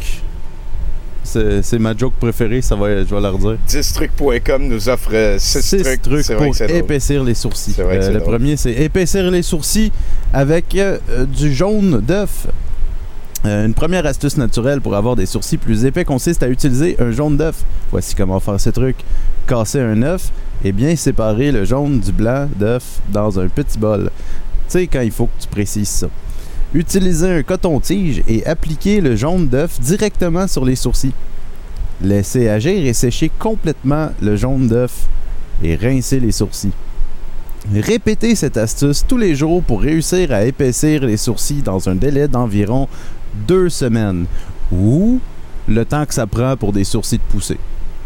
C'est ma joke préférée, je vais leur dire. 10trucs.com nous offre 6 trucs pour épaissir les sourcils. Le premier, c'est épaissir les sourcils avec du jaune d'œuf. Une première astuce naturelle pour avoir des sourcils plus épais consiste à utiliser un jaune d'œuf. Voici comment faire ce truc. Casser un œuf et bien séparer le jaune du blanc d'œuf dans un petit bol. Tu sais, quand il faut que tu précises ça. Utilisez un coton-tige et appliquez le jaune d'œuf directement sur les sourcils. Laissez agir et sécher complètement le jaune d'œuf et rincez les sourcils. Répétez cette astuce tous les jours pour réussir à épaissir les sourcils dans un délai d'environ 2 semaines ou le temps que ça prend pour des sourcils de pousser.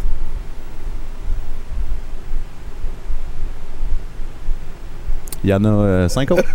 Il y en a 5 autres.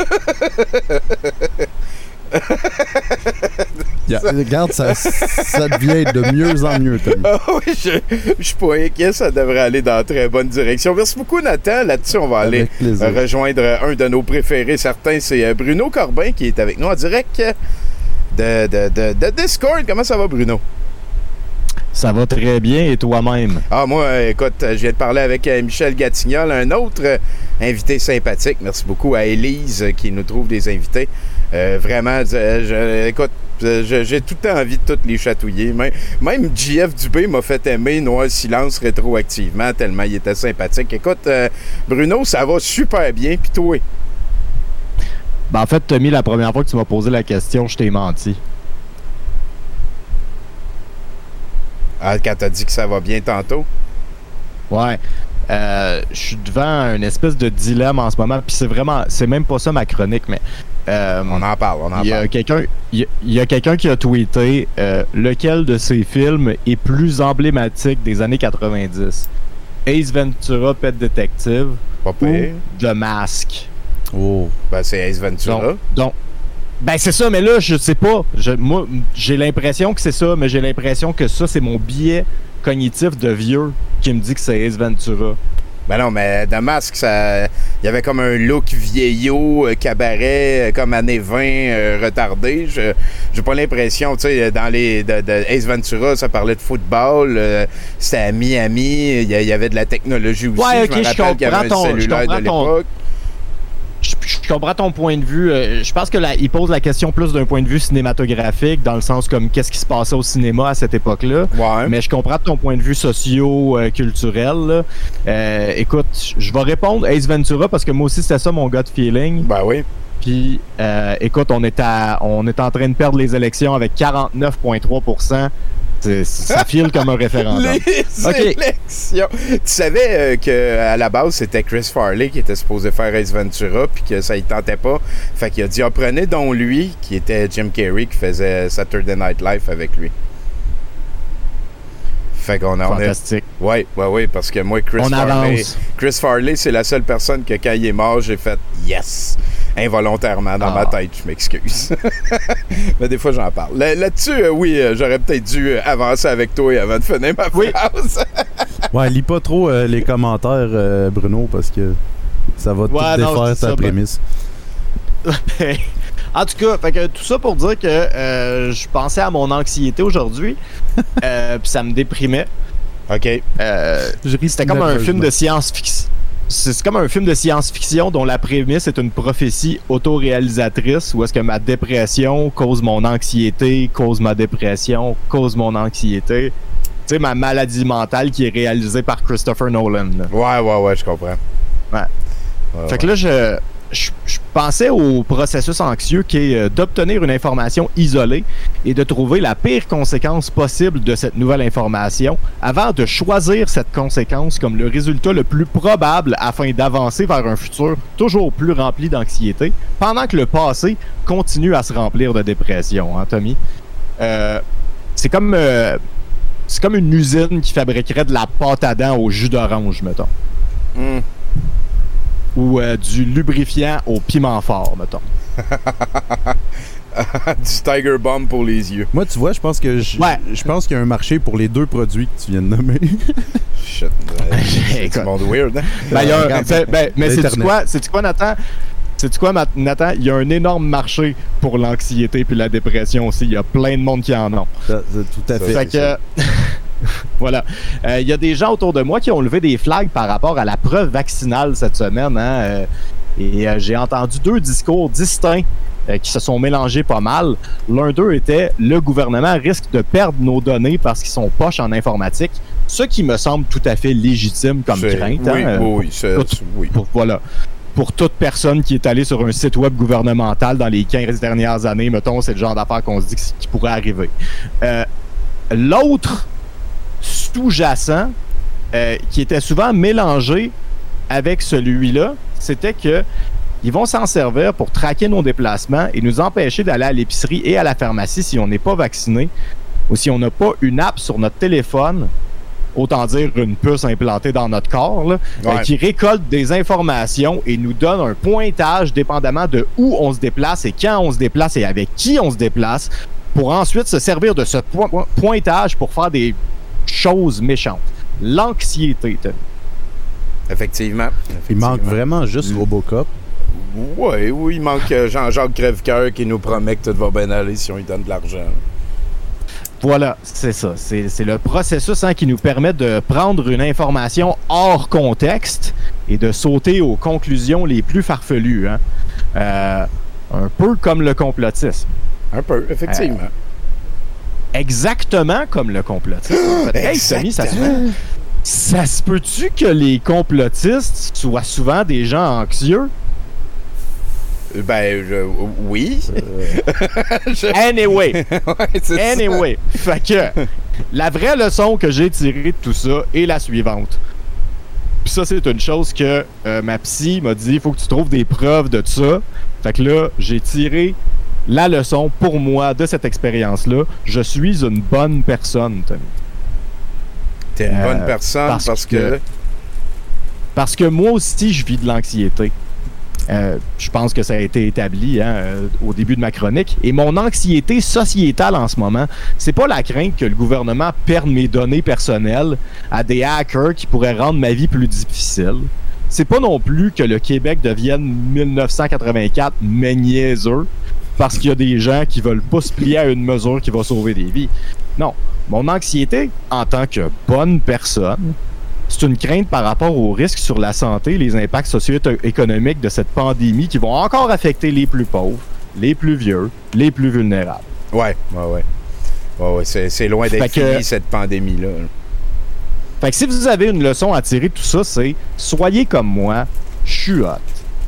Regarde, ça devient de mieux en mieux, Tommy. Oui, je suis pas inquiet, ça devrait aller dans la très bonne direction. Merci beaucoup, Nathan. Là-dessus, on va aller rejoindre un de nos préférés. Certains, c'est Bruno Corbin qui est avec nous en direct de Discord. Comment ça va, Bruno? Ça va très bien, et toi-même? Moi, écoute, je viens de parler avec Michel Gatignol, un autre invité sympathique. Merci beaucoup à Élise qui nous trouve des invités. Vraiment, écoute, j'ai tout le temps envie de toutes les chatouiller. Même JF Dubé m'a fait aimer Noir Silence rétroactivement, tellement il était sympathique. Écoute, Bruno, ça va super bien, pis toi? En fait, Tommy, la première fois que tu m'as posé la question, je t'ai menti. Ah, quand t'as dit que ça va bien tantôt? Ouais. Je suis devant une espèce de dilemme en ce moment, puis c'est même pas ça ma chronique, mais... on en parle. Il y a quelqu'un qui a tweeté lequel de ces films est plus emblématique des années 90. Ace Ventura, Pet Detective ou The Mask. Oh. Ben, c'est Ace Ventura. Donc, ben c'est ça, mais là, je sais pas. Moi, j'ai l'impression que c'est ça, mais j'ai l'impression que ça, c'est mon biais cognitif de vieux qui me dit que c'est Ace Ventura. Ben non, mais The Mask, il y avait comme un look vieillot, cabaret, comme années 20, retardé. J'ai pas l'impression, tu sais, dans de Ace Ventura, ça parlait de football, c'était à Miami, il y avait de la technologie aussi. Ouais, ok, je me rappelle qu'il y avait un cellulaire de l'époque. Je comprends ton point de vue. Je pense que il pose la question plus d'un point de vue cinématographique, dans le sens comme qu'est-ce qui se passait au cinéma à cette époque-là. Ouais. Mais je comprends ton point de vue socio-culturel. Écoute, je vais répondre Ace Ventura parce que moi aussi c'était ça mon gut feeling. Ben oui. Puis, écoute, on est en train de perdre les élections avec 49,3%. Ça file comme un référendum. Les élections! Tu savais qu'à la base, c'était Chris Farley qui était supposé faire Ace Ventura, puis que ça ne tentait pas. Fait qu'il a dit, prenez donc lui, qui était Jim Carrey, qui faisait Saturday Night Live avec lui. Fait qu'on a... Fantastique. Oui, parce que moi, Chris Farley, c'est la seule personne que quand il est mort, j'ai fait « yes ». Involontairement dans ma tête, je m'excuse. Mais des fois, j'en parle. Là-dessus, oui, j'aurais peut-être dû avancer avec toi avant de finir ma phrase. Ouais, lis pas trop les commentaires, Bruno, parce que ça va tout défaire ta prémisse. En tout cas, fait que tout ça pour dire que je pensais à mon anxiété aujourd'hui, puis ça me déprimait. OK. C'était comme un film de science-fiction. C'est comme un film de science-fiction dont la prémisse est une prophétie autoréalisatrice où est-ce que ma dépression cause mon anxiété, cause ma dépression, cause mon anxiété. Tu sais, ma maladie mentale qui est réalisée par Christopher Nolan. Là. Ouais, je comprends. Ouais. Fait que là, je pensais au processus anxieux qui est d'obtenir une information isolée et de trouver la pire conséquence possible de cette nouvelle information avant de choisir cette conséquence comme le résultat le plus probable afin d'avancer vers un futur toujours plus rempli d'anxiété pendant que le passé continue à se remplir de dépression, hein, Tommy? C'est comme une usine qui fabriquerait de la pâte à dents au jus d'orange, mettons. Ou du lubrifiant au piment fort, mettons. Du Tiger Bomb pour les yeux. Moi, tu vois, je pense qu'il y a un marché pour les deux produits que tu viens de nommer. Shit. C'est du monde weird, hein? Mais c'est-tu quoi, Nathan? Sais-tu quoi, Nathan? Il y a un énorme marché pour l'anxiété puis la dépression aussi. Il y a plein de monde qui en ont. Tout à fait. Fait que... Voilà. Il y a des gens autour de moi qui ont levé des flags par rapport à la preuve vaccinale cette semaine. Hein, et j'ai entendu deux discours distincts qui se sont mélangés pas mal. L'un d'eux était « Le gouvernement risque de perdre nos données parce qu'ils sont poches en informatique », ce qui me semble tout à fait légitime comme crainte. Voilà. Pour toute personne qui est allée sur un site web gouvernemental dans les 15 dernières années, mettons, c'est le genre d'affaire qu'on se dit qui pourrait arriver. L'autre sous-jacent qui était souvent mélangé avec celui-là, c'était que ils vont s'en servir pour traquer nos déplacements et nous empêcher d'aller à l'épicerie et à la pharmacie si on n'est pas vacciné ou si on n'a pas une app sur notre téléphone, autant dire une puce implantée dans notre corps, là, qui récolte des informations et nous donne un pointage dépendamment de où on se déplace et quand on se déplace et avec qui on se déplace pour ensuite se servir de ce pointage pour faire des choses méchantes. L'anxiété, Tommy. Effectivement. Il manque vraiment juste Robocop. Oui, il manque Jean-Jacques Crèvecoeur qui nous promet que tout va bien aller si on lui donne de l'argent. Voilà, c'est ça. C'est le processus qui nous permet de prendre une information hors contexte et de sauter aux conclusions les plus farfelues. Hein. Un peu comme le complotisme. Un peu, effectivement. Exactement comme le complotisme. En fait. Hey, Tommy, ça se peut-tu que les complotistes soient souvent des gens anxieux? Oui. Anyway. Fait que la vraie leçon que j'ai tirée de tout ça est la suivante. Puis ça, c'est une chose que ma psy m'a dit, il faut que tu trouves des preuves de ça. Fait que là, j'ai tiré la leçon pour moi de cette expérience-là. Je suis une bonne personne, Tommy. T'es une bonne personne parce que... Parce que moi aussi, je vis de l'anxiété. Je pense que ça a été établi au début de ma chronique. Et mon anxiété sociétale en ce moment, c'est pas la crainte que le gouvernement perde mes données personnelles à des hackers qui pourraient rendre ma vie plus difficile. C'est pas non plus que le Québec devienne 1984 mais niaiseux parce qu'il y a des gens qui veulent pas se plier à une mesure qui va sauver des vies. Non. Mon anxiété, en tant que bonne personne, c'est une crainte par rapport aux risques sur la santé, les impacts socio-économiques de cette pandémie qui vont encore affecter les plus pauvres, les plus vieux, les plus vulnérables. Ouais, c'est loin d'être fini, cette pandémie-là. Fait que si vous avez une leçon à tirer de tout ça, c'est soyez comme moi, je suis hot.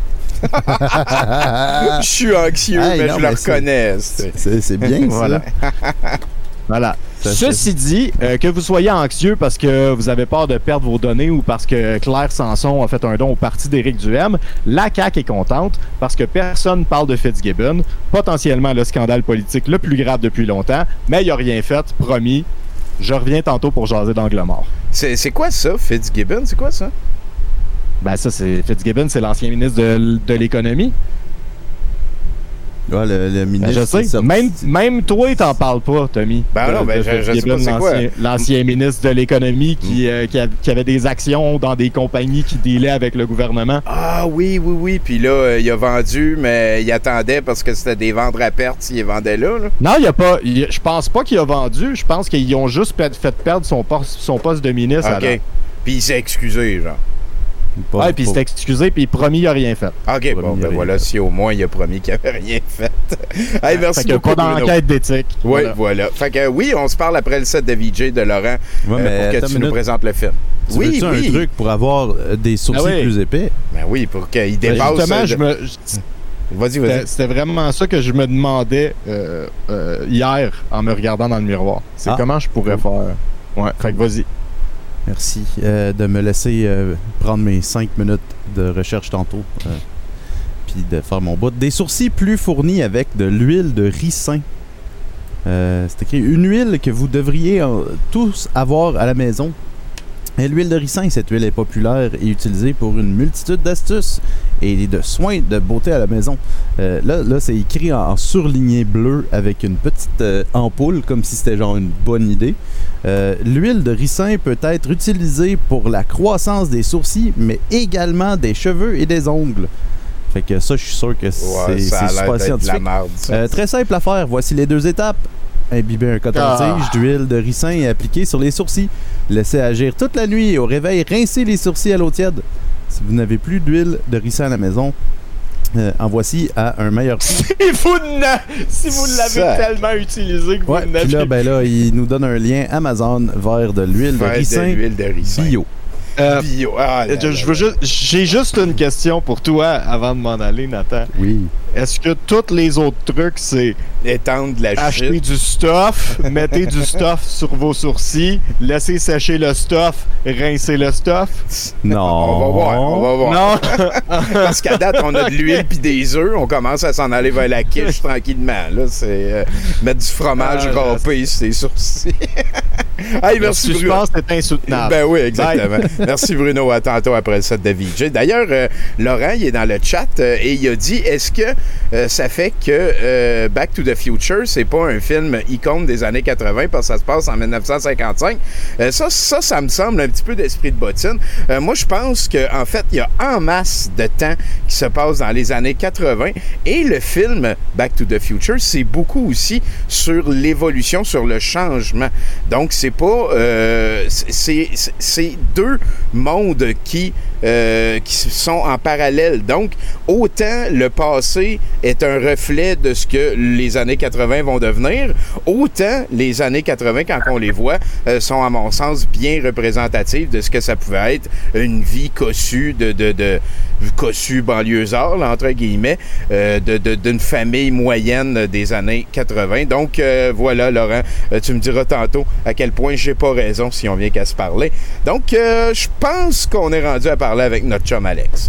Je suis anxieux, mais je le reconnais. C'est bien, ça. Voilà. Voilà. Ceci dit, que vous soyez anxieux parce que vous avez peur de perdre vos données ou parce que Claire Sanson a fait un don au parti d'Éric Duhem, la CAQ est contente parce que personne parle de Fitzgibbon, potentiellement le scandale politique le plus grave depuis longtemps, mais il n'a rien fait, promis. Je reviens tantôt pour jaser d'angle mort. C'est quoi ça, Fitzgibbon? C'est quoi ça? Ben ça, Fitzgibbon, c'est l'ancien ministre de l'économie. Ouais, le ministre. Ben, je sais. Même toi, t'en parles pas, Tommy. Ben non, ben je sais pas c'est quoi. L'ancien ministre de l'économie qui avait des actions dans des compagnies qui dealaient avec le gouvernement. Ah oui. Puis là, il a vendu, mais il attendait parce que c'était des ventes à perte s'il vendait là. Non, il a pas. Je pense pas qu'il a vendu. Je pense qu'ils ont juste fait perdre son poste de ministre. OK. Puis il s'est excusé, genre. Ouais, puis il s'est excusé, puis il promis qu'il n'a rien fait. OK, bon, ben voilà, si au moins il a promis qu'il n'avait rien fait. Hey, merci beaucoup, pas d'enquête d'éthique. Oui, voilà. Fait que oui, on se parle après le set de VJ de Laurent pour que tu nous présentes le film. Tu veux-tu un truc pour avoir des sourcils plus épais? Ben oui, pour qu'il dépasse... Justement, Vas-y. C'était vraiment ça que je me demandais hier en me regardant dans le miroir. C'est comment je pourrais faire. Ouais, fait que vas-y. Merci de me laisser prendre mes 5 minutes de recherche tantôt puis de faire mon bout. Des sourcils plus fournis avec de l'huile de ricin. C'est écrit une huile que vous devriez tous avoir à la maison. Et l'huile de ricin, cette huile est populaire et utilisée pour une multitude d'astuces et de soins de beauté à la maison. Là c'est écrit en surligné bleu avec une petite ampoule, comme si c'était genre une bonne idée. L'huile de ricin peut être utilisée pour la croissance des sourcils, mais également des cheveux et des ongles. Fait que ça, je suis sûr que c'est super scientifique. De la merde, très simple à faire. Voici les 2 étapes. Imbiber un coton-tige d'huile de ricin et appliquer sur les sourcils. Laissez agir toute la nuit et au réveil, rincez les sourcils à l'eau tiède. Si vous n'avez plus d'huile de ricin à la maison, en voici à un meilleur prix. Si vous l'avez tellement utilisé que vous puis là, ben là, il nous donne un lien Amazon vers de l'huile de ricin bio. J'ai juste une question pour toi avant de m'en aller, Nathan. Oui. Est-ce que tous les autres trucs, c'est étendre la acheter du stuff, mettez du stuff sur vos sourcils, laissez sécher le stuff, rincer le stuff? Non. On va voir. Non. Parce qu'à date, on a de l'huile puis des œufs, on commence à s'en aller vers la quiche tranquillement. Là, c'est mettre du fromage râpé sur ses sourcils. Hey, merci Bruno. Je pense que c'est insoutenable. Ben oui, exactement. Merci Bruno, à tantôt après le set de VJ. D'ailleurs, Laurent, il est dans le chat et il a dit, est-ce que ça fait que Back to the Future, c'est pas un film icône des années 80 parce que ça se passe en 1955? Ça me semble un petit peu d'esprit de bottine. Moi, je pense qu'en fait, il y a en masse de temps qui se passe dans les années 80 et le film Back to the Future, c'est beaucoup aussi sur l'évolution, sur le changement. Donc, c'est pas... c'est 2 mondes qui sont en parallèle. Donc, autant le passé est un reflet de ce que les années 80 vont devenir, autant les années 80, quand on les voit, sont, à mon sens, bien représentatives de ce que ça pouvait être une vie cossue de cossu banlieusard, là, entre guillemets, d'une famille moyenne des années 80. Donc, voilà, Laurent, tu me diras tantôt à quel point j'ai pas raison si on vient qu'à se parler. Donc, je pense qu'on est rendu à parler avec notre chum Alex.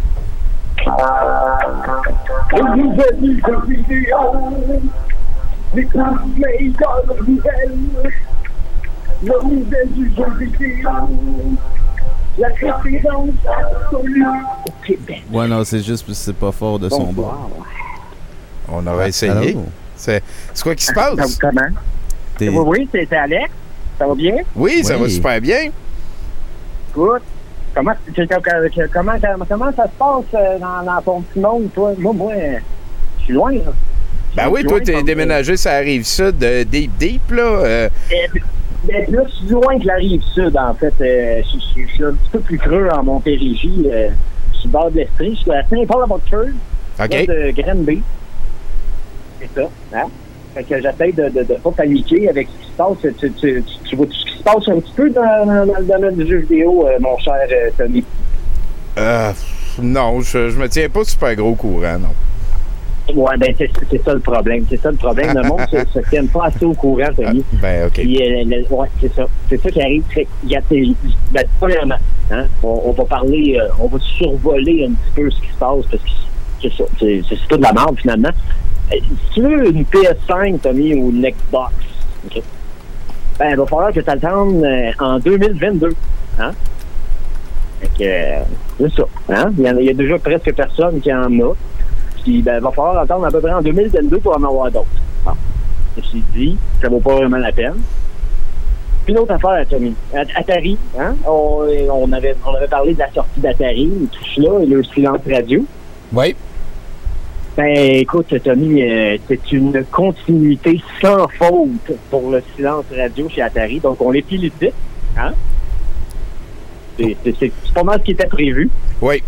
Le modèle du jeu vidéo, la référence absolue au Québec. Ouais, non, c'est juste parce que c'est pas fort de son bord. On aurait essayé. C'est quoi qui se passe? Comment? Oui, c'est Alex. Ça va bien? Oui, ça va super bien. Écoute, comment ça se passe dans ton petit monde, toi? Moi, je suis loin, là. Ben oui, toi, t'es déménagé, ça arrive sud, deep, là. Ben, plus loin que la Rive-Sud, en fait. Je suis un petit peu plus creux en Montérégie. Je suis bord de l'Estrie. Je suis à Saint-Paul-à-Boxford. OK. De Granby. C'est ça, hein? Fait que j'essaie de pas paniquer avec ce qui se passe. Tu vois tout ce qui se passe un petit peu dans le domaine du jeu vidéo, mon cher Tony? Non, je me tiens pas super gros courant, non. Ouais, ben c'est ça le problème. C'est ça le problème. Le monde se tienne pas assez au courant, Tony. Ben, OK. Puis, ouais, c'est ça. C'est ça qui arrive. Premièrement, hein, on va parler, on va survoler un petit peu ce qui se passe parce que c'est ça. C'est tout de la merde, finalement. Si tu veux une PS5, Tommy, ou une Xbox, okay, ben, il va falloir que tu attendes en 2022. Hein? Fait que, c'est ça. Hein? Il y a déjà presque personne qui en a. Puis, ben, il va falloir attendre à peu près en 2022 pour en avoir d'autres. Bon. Ceci dit, ça vaut pas vraiment la peine. Puis, une autre affaire, Tommy. Atari, hein? On avait parlé de la sortie d'Atari et tout cela, et le silence radio. Oui. Ben, écoute, Tommy, c'est une continuité sans faute pour le silence radio chez Atari. Donc, on les félicite, hein? C'est pas mal ce qui était prévu. Oui.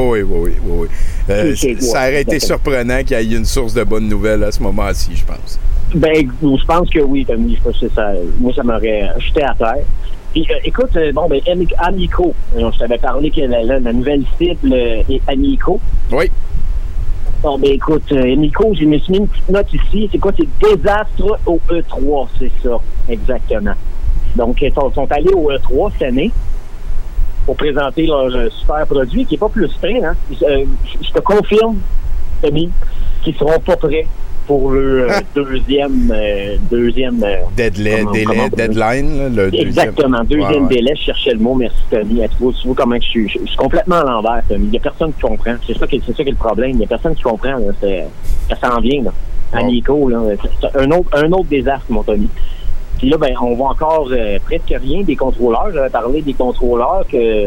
Ça aurait été surprenant qu'il y ait une source de bonnes nouvelles à ce moment-ci, je pense. Ben, je pense que oui, Tommy. Moi, ça m'aurait jeté à terre. Puis, écoute, Amico. Je t'avais parlé que la nouvelle cible est Amico. Oui. Bon, ben, écoute, Amico, j'ai mis une petite note ici. C'est quoi? C'est désastre au E3, c'est ça, exactement. Donc, ils sont allés au E3 cette année pour présenter leur super produit qui n'est pas plus prêt. Hein? Je te confirme, Tommy, qu'ils ne seront pas prêts pour le deuxième deadline, là, le exactement, deuxième délai. Je cherchais le mot. Merci, Tommy. Tu vois comment je suis complètement à l'envers, Tommy. Il n'y a personne qui comprend. C'est ça qui est le problème. Il n'y a personne qui comprend. Là. Ça s'en vient. Là. Amico, là, c'est un autre désastre, mon Tommy. Puis là, ben, on voit encore presque rien des contrôleurs. J'avais parlé des contrôleurs que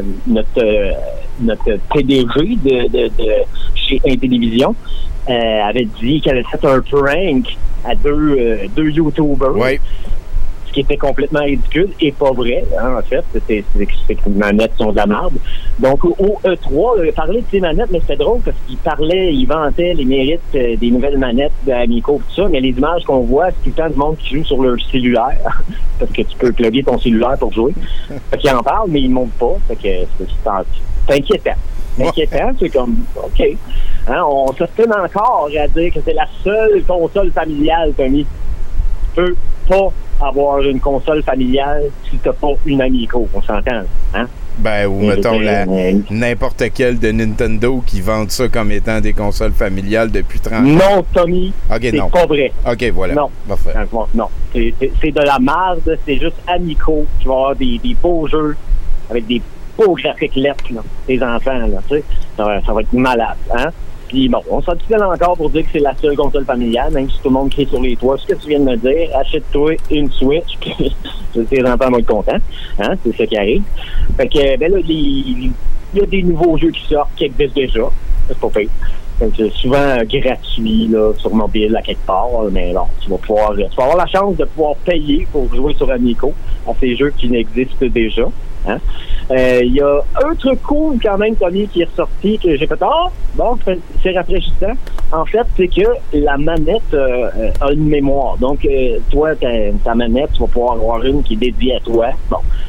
notre PDG de chez Intellivision avait dit qu'elle avait fait un prank à deux YouTubers. Oui. Ce qui était complètement ridicule et pas vrai, hein, en fait. C'est que les manettes sont de la merde. Donc, au E3, il parlait de ces manettes, mais c'était drôle parce il vantait les mérites des nouvelles manettes d'Amico, tout ça, mais les images qu'on voit, c'est tout le temps du monde qui joue sur leur cellulaire, parce que tu peux plugger ton cellulaire pour jouer. Fait qu'ils en parlent, mais ils ne montent pas. Fait que c'est inquiétant. Inquiétant, c'est comme, OK. Hein, on s'obstine encore à dire que c'est la seule console familiale, Tommy. Tu peux pas avoir une console familiale si t'as pas une Amico, on s'entend, hein? Ben, ou mettons n'importe quelle de Nintendo qui vendent ça comme étant des consoles familiales depuis 30 ans. Non, Tommy, c'est pas vrai. OK, voilà. Non, parfait. Non, c'est de la merde, c'est juste Amico. Tu vas avoir des beaux jeux avec des beaux graphiques lettres, là, tes enfants, là, tu sais. Ça va être malade, hein? Puis bon, on s'obstine encore pour dire que c'est la seule console familiale, même si tout le monde crie sur les toits. Ce que tu viens de me dire, achète-toi une Switch, puis tes enfants vont être contents. Hein? C'est ça qui arrive. Fait que, ben là, il y a des nouveaux jeux qui sortent, qui existent déjà. C'est pas pire. Donc, souvent gratuit, là, sur mobile, à quelque part. Mais bon, tu vas avoir la chance de pouvoir payer pour jouer sur Amico à ces jeux qui n'existent déjà. Hein? Il y a un truc cool quand même, Tommy, qui est ressorti, que j'ai fait bon, c'est rafraîchissant. En fait, c'est que la manette a une mémoire. Donc, toi, ta manette, tu vas pouvoir avoir une qui est dédiée à toi. Bon,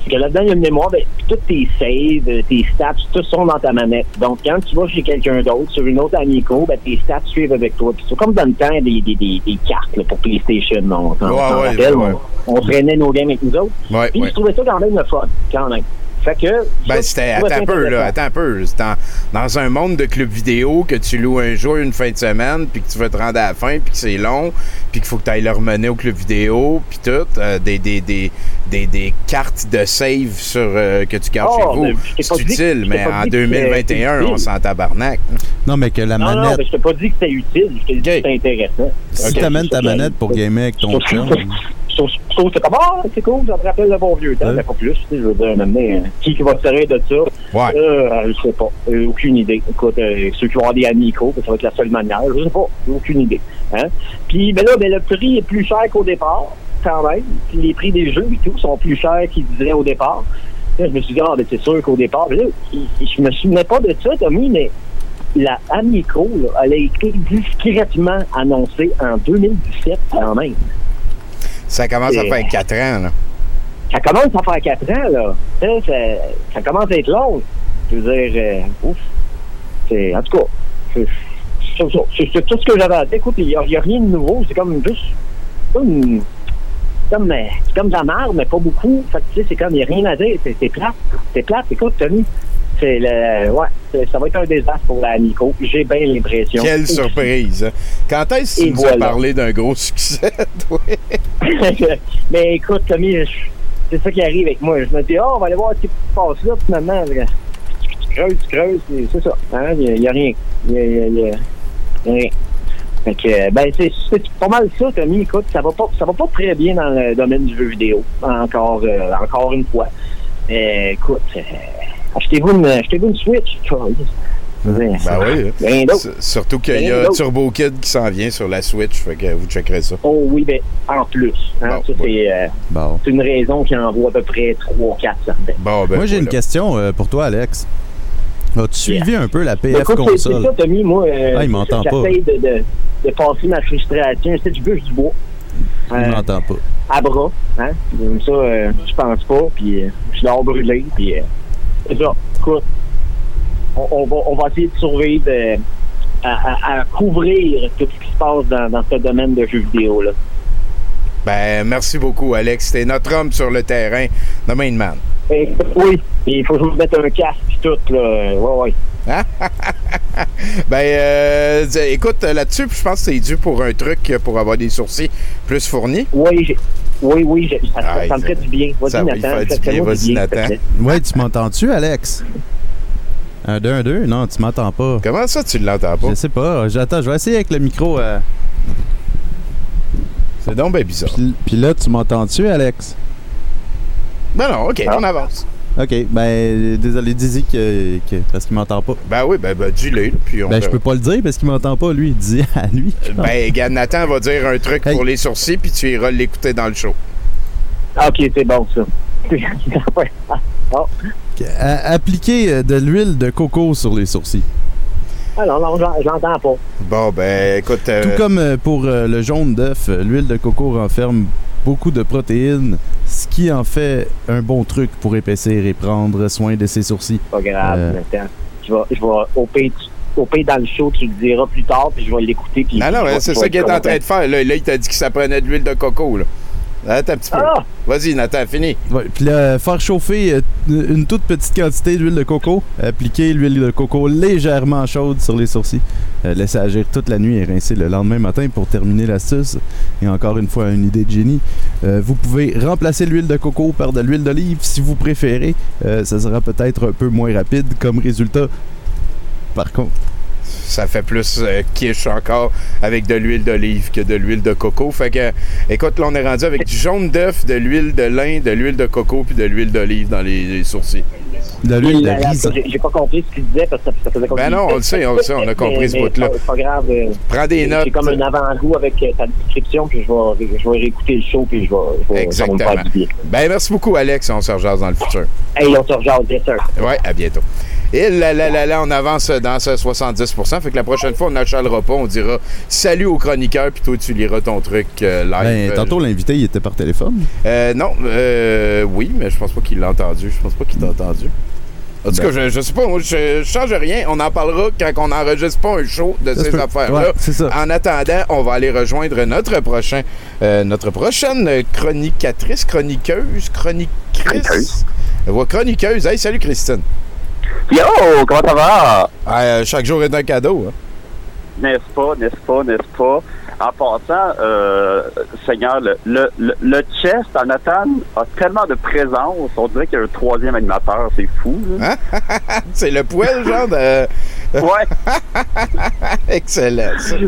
que là-dedans, il y a une mémoire, ben, toutes tes saves, tes stats, tout sont dans ta manette. Donc, quand tu vas chez quelqu'un d'autre, sur une autre Amico, ben, tes stats suivent avec toi. Puis c'est comme dans le temps des cartes là, pour PlayStation. On traînait nos games avec nous autres. Puis je trouvais ça quand même le fun, quand même. Fait que... Ben, c'était... Attends un peu. C'est dans un monde de club vidéo que tu loues un jour, une fin de semaine, puis que tu veux te rendre à la fin, puis que c'est long, puis qu'il faut que tu ailles le remener au club vidéo, puis tout. Des cartes de save que tu gardes chez vous. C'est utile, mais en 2021, on s'en tabarnak. Non, mais que la manette... Non, mais je t'ai pas dit que c'était utile. Je t'ai dit que c'était intéressant. Si t'amènes ta manette pour gamer avec ton chum... Je trouve que c'est comme, c'est cool, ça me rappelle le bon vieux temps, mais pas plus. Je veux dire, maintenant, qui va se servir de ça? Je sais pas. Aucune idée. Écoute, ceux qui vont avoir des Amico, ça va être la seule manière. Je sais pas. Aucune idée. Hein? Puis, ben là, le prix est plus cher qu'au départ, quand même. Puis les prix des jeux et tout sont plus chers qu'ils disaient au départ. Là, je me suis dit, c'est sûr qu'au départ, là, je me souvenais pas de ça, Tommy, mais la Amico, là, elle a été discrètement annoncée en 2017 quand même. Ça commence à faire 4 ans, là. Ça commence à faire 4 ans, là. Ça commence à être long. Je veux dire, en tout cas, c'est tout ce que j'avais à dire. Écoute, il n'y a rien de nouveau. C'est comme juste... C'est comme de la merde, mais pas beaucoup. Fait que, tu sais, c'est comme, il n'y a rien à dire. C'est plate. C'est plate. Écoute, Tommy, ça va être un désastre pour la Amico. J'ai bien l'impression. Quelle surprise. Hein? Quand est-ce que tu nous as parlé d'un gros succès, toi? Mais écoute, Tommy, c'est ça qui arrive avec moi. Je me dis, on va aller voir ce qui se passe là. Finalement, tu creuses, c'est ça. Hein? Il n'y a rien. Il y a rien. Fait que, ben, c'est pas mal ça, Tommy. Écoute, ça va pas très bien dans le domaine du jeu vidéo. Encore une fois. Écoute, achetez-vous une Switch. Ben oui. Surtout qu'il y a Turbo Kid qui s'en vient sur la Switch. Fait que vous checkerez ça. Oh oui, ben en plus. Hein, ça, c'est une raison qui en vaut à peu près 3-4 certains. Moi, j'ai une question pour toi, Alex. As-tu suivi un peu la PF console? C'est ça, Tommy. Moi, il m'entend pas. J'essaye de passer ma frustration. Tu sais, je bûche du bois. Il m'entend pas. À bras. Hein? Comme ça, je pense pas. Puis je l'ai brûlé. Puis c'est ça. Écoute, on va essayer de survivre à couvrir tout ce qui se passe dans ce domaine de jeux vidéo, là. Ben, merci beaucoup, Alex. T'es notre homme sur le terrain, The Main Man. Oui, il faut que je me mette un casque et tout, là. Ouais. Ben, écoute, là-dessus, je pense que c'est dû pour un truc pour avoir des sourcils plus fournis. Oui, ça me fait du bien. Vas-y, Nathan. Vas-y, Nathan. Oui, tu m'entends-tu, Alex? 1, 2, 1, 2? Non, tu m'entends pas. Comment ça, tu l'entends pas? Je sais pas. J'attends, je vais essayer avec le micro. C'est donc bien bizarre. Puis là, tu m'entends-tu, Alex? Non, OK, on avance. OK, ben, désolé, dis-y parce qu'il m'entend pas. Ben oui, dis-le, puis on... Ben, je peux pas le dire parce qu'il m'entend pas, lui. Dis à lui. Ben, Nathan va dire un truc pour les sourcils, puis tu iras l'écouter dans le show. OK, c'est bon, ça. Appliquer de l'huile de coco sur les sourcils. Alors, non, j'entends pas. Bon, ben, écoute... Tout comme pour le jaune d'œuf, l'huile de coco renferme beaucoup de protéines, ce qui en fait un bon truc pour épaissir et prendre soin de ses sourcils. Pas grave, Nathan. Je vais au pays dans le show, tu le diras plus tard, puis je vais l'écouter. Puis non, c'est ça qu'il est en train de faire. Là, il t'a dit que ça prenait de l'huile de coco, là. Attends un petit peu. Vas-y, Nathan, fini. Ouais, puis là, faire chauffer une toute petite quantité d'huile de coco. Appliquer l'huile de coco légèrement chaude sur les sourcils. Laisser agir toute la nuit et rincer le lendemain matin pour terminer l'astuce. Et encore une fois, une idée de génie. Vous pouvez remplacer l'huile de coco par de l'huile d'olive si vous préférez. Ça sera peut-être un peu moins rapide comme résultat. Par contre... Ça fait plus quiche encore avec de l'huile d'olive que de l'huile de coco. Fait que, écoute, là, on est rendu avec du jaune d'œuf, de l'huile de lin, de l'huile de coco puis de l'huile d'olive dans les sourcils. De l'huile de riz. J'ai pas compris ce qu'il disait parce que ça faisait comme... Ben non, on le sait, on a compris ce bout-là. C'est pas grave. Prends des notes. J'ai comme un avant-goût avec ta description, puis je vais réécouter le show, puis je vais... Exactement. Ben, merci beaucoup, Alex. On se rejase dans le futur. Hey, on se rejase, bien sûr. Ouais, à bientôt. Et là, on avance dans ce 70%. Fait que la prochaine fois, on n'achalera pas. On dira salut au chroniqueur, puis toi, tu liras ton truc live. Ben, tantôt, l'invité, il était par téléphone. Non, oui, mais je pense pas qu'il l'a entendu. Je pense pas qu'il t'a entendu. En tout cas, je sais pas, moi, je change rien. On en parlera quand on n'enregistre pas un show de ces affaires-là. Ouais, c'est ça. En attendant, on va aller rejoindre notre prochaine chroniqueuse. Chroniqueuse. Hey, salut Christine. Yo, comment ça va? Chaque jour est un cadeau. Hein? N'est-ce pas? En passant, Seigneur, le chess en Nathan a tellement de présence, on dirait qu'il y a un troisième animateur, c'est fou. Hein? C'est le poêle, genre de... Ouais. Excellent, ça.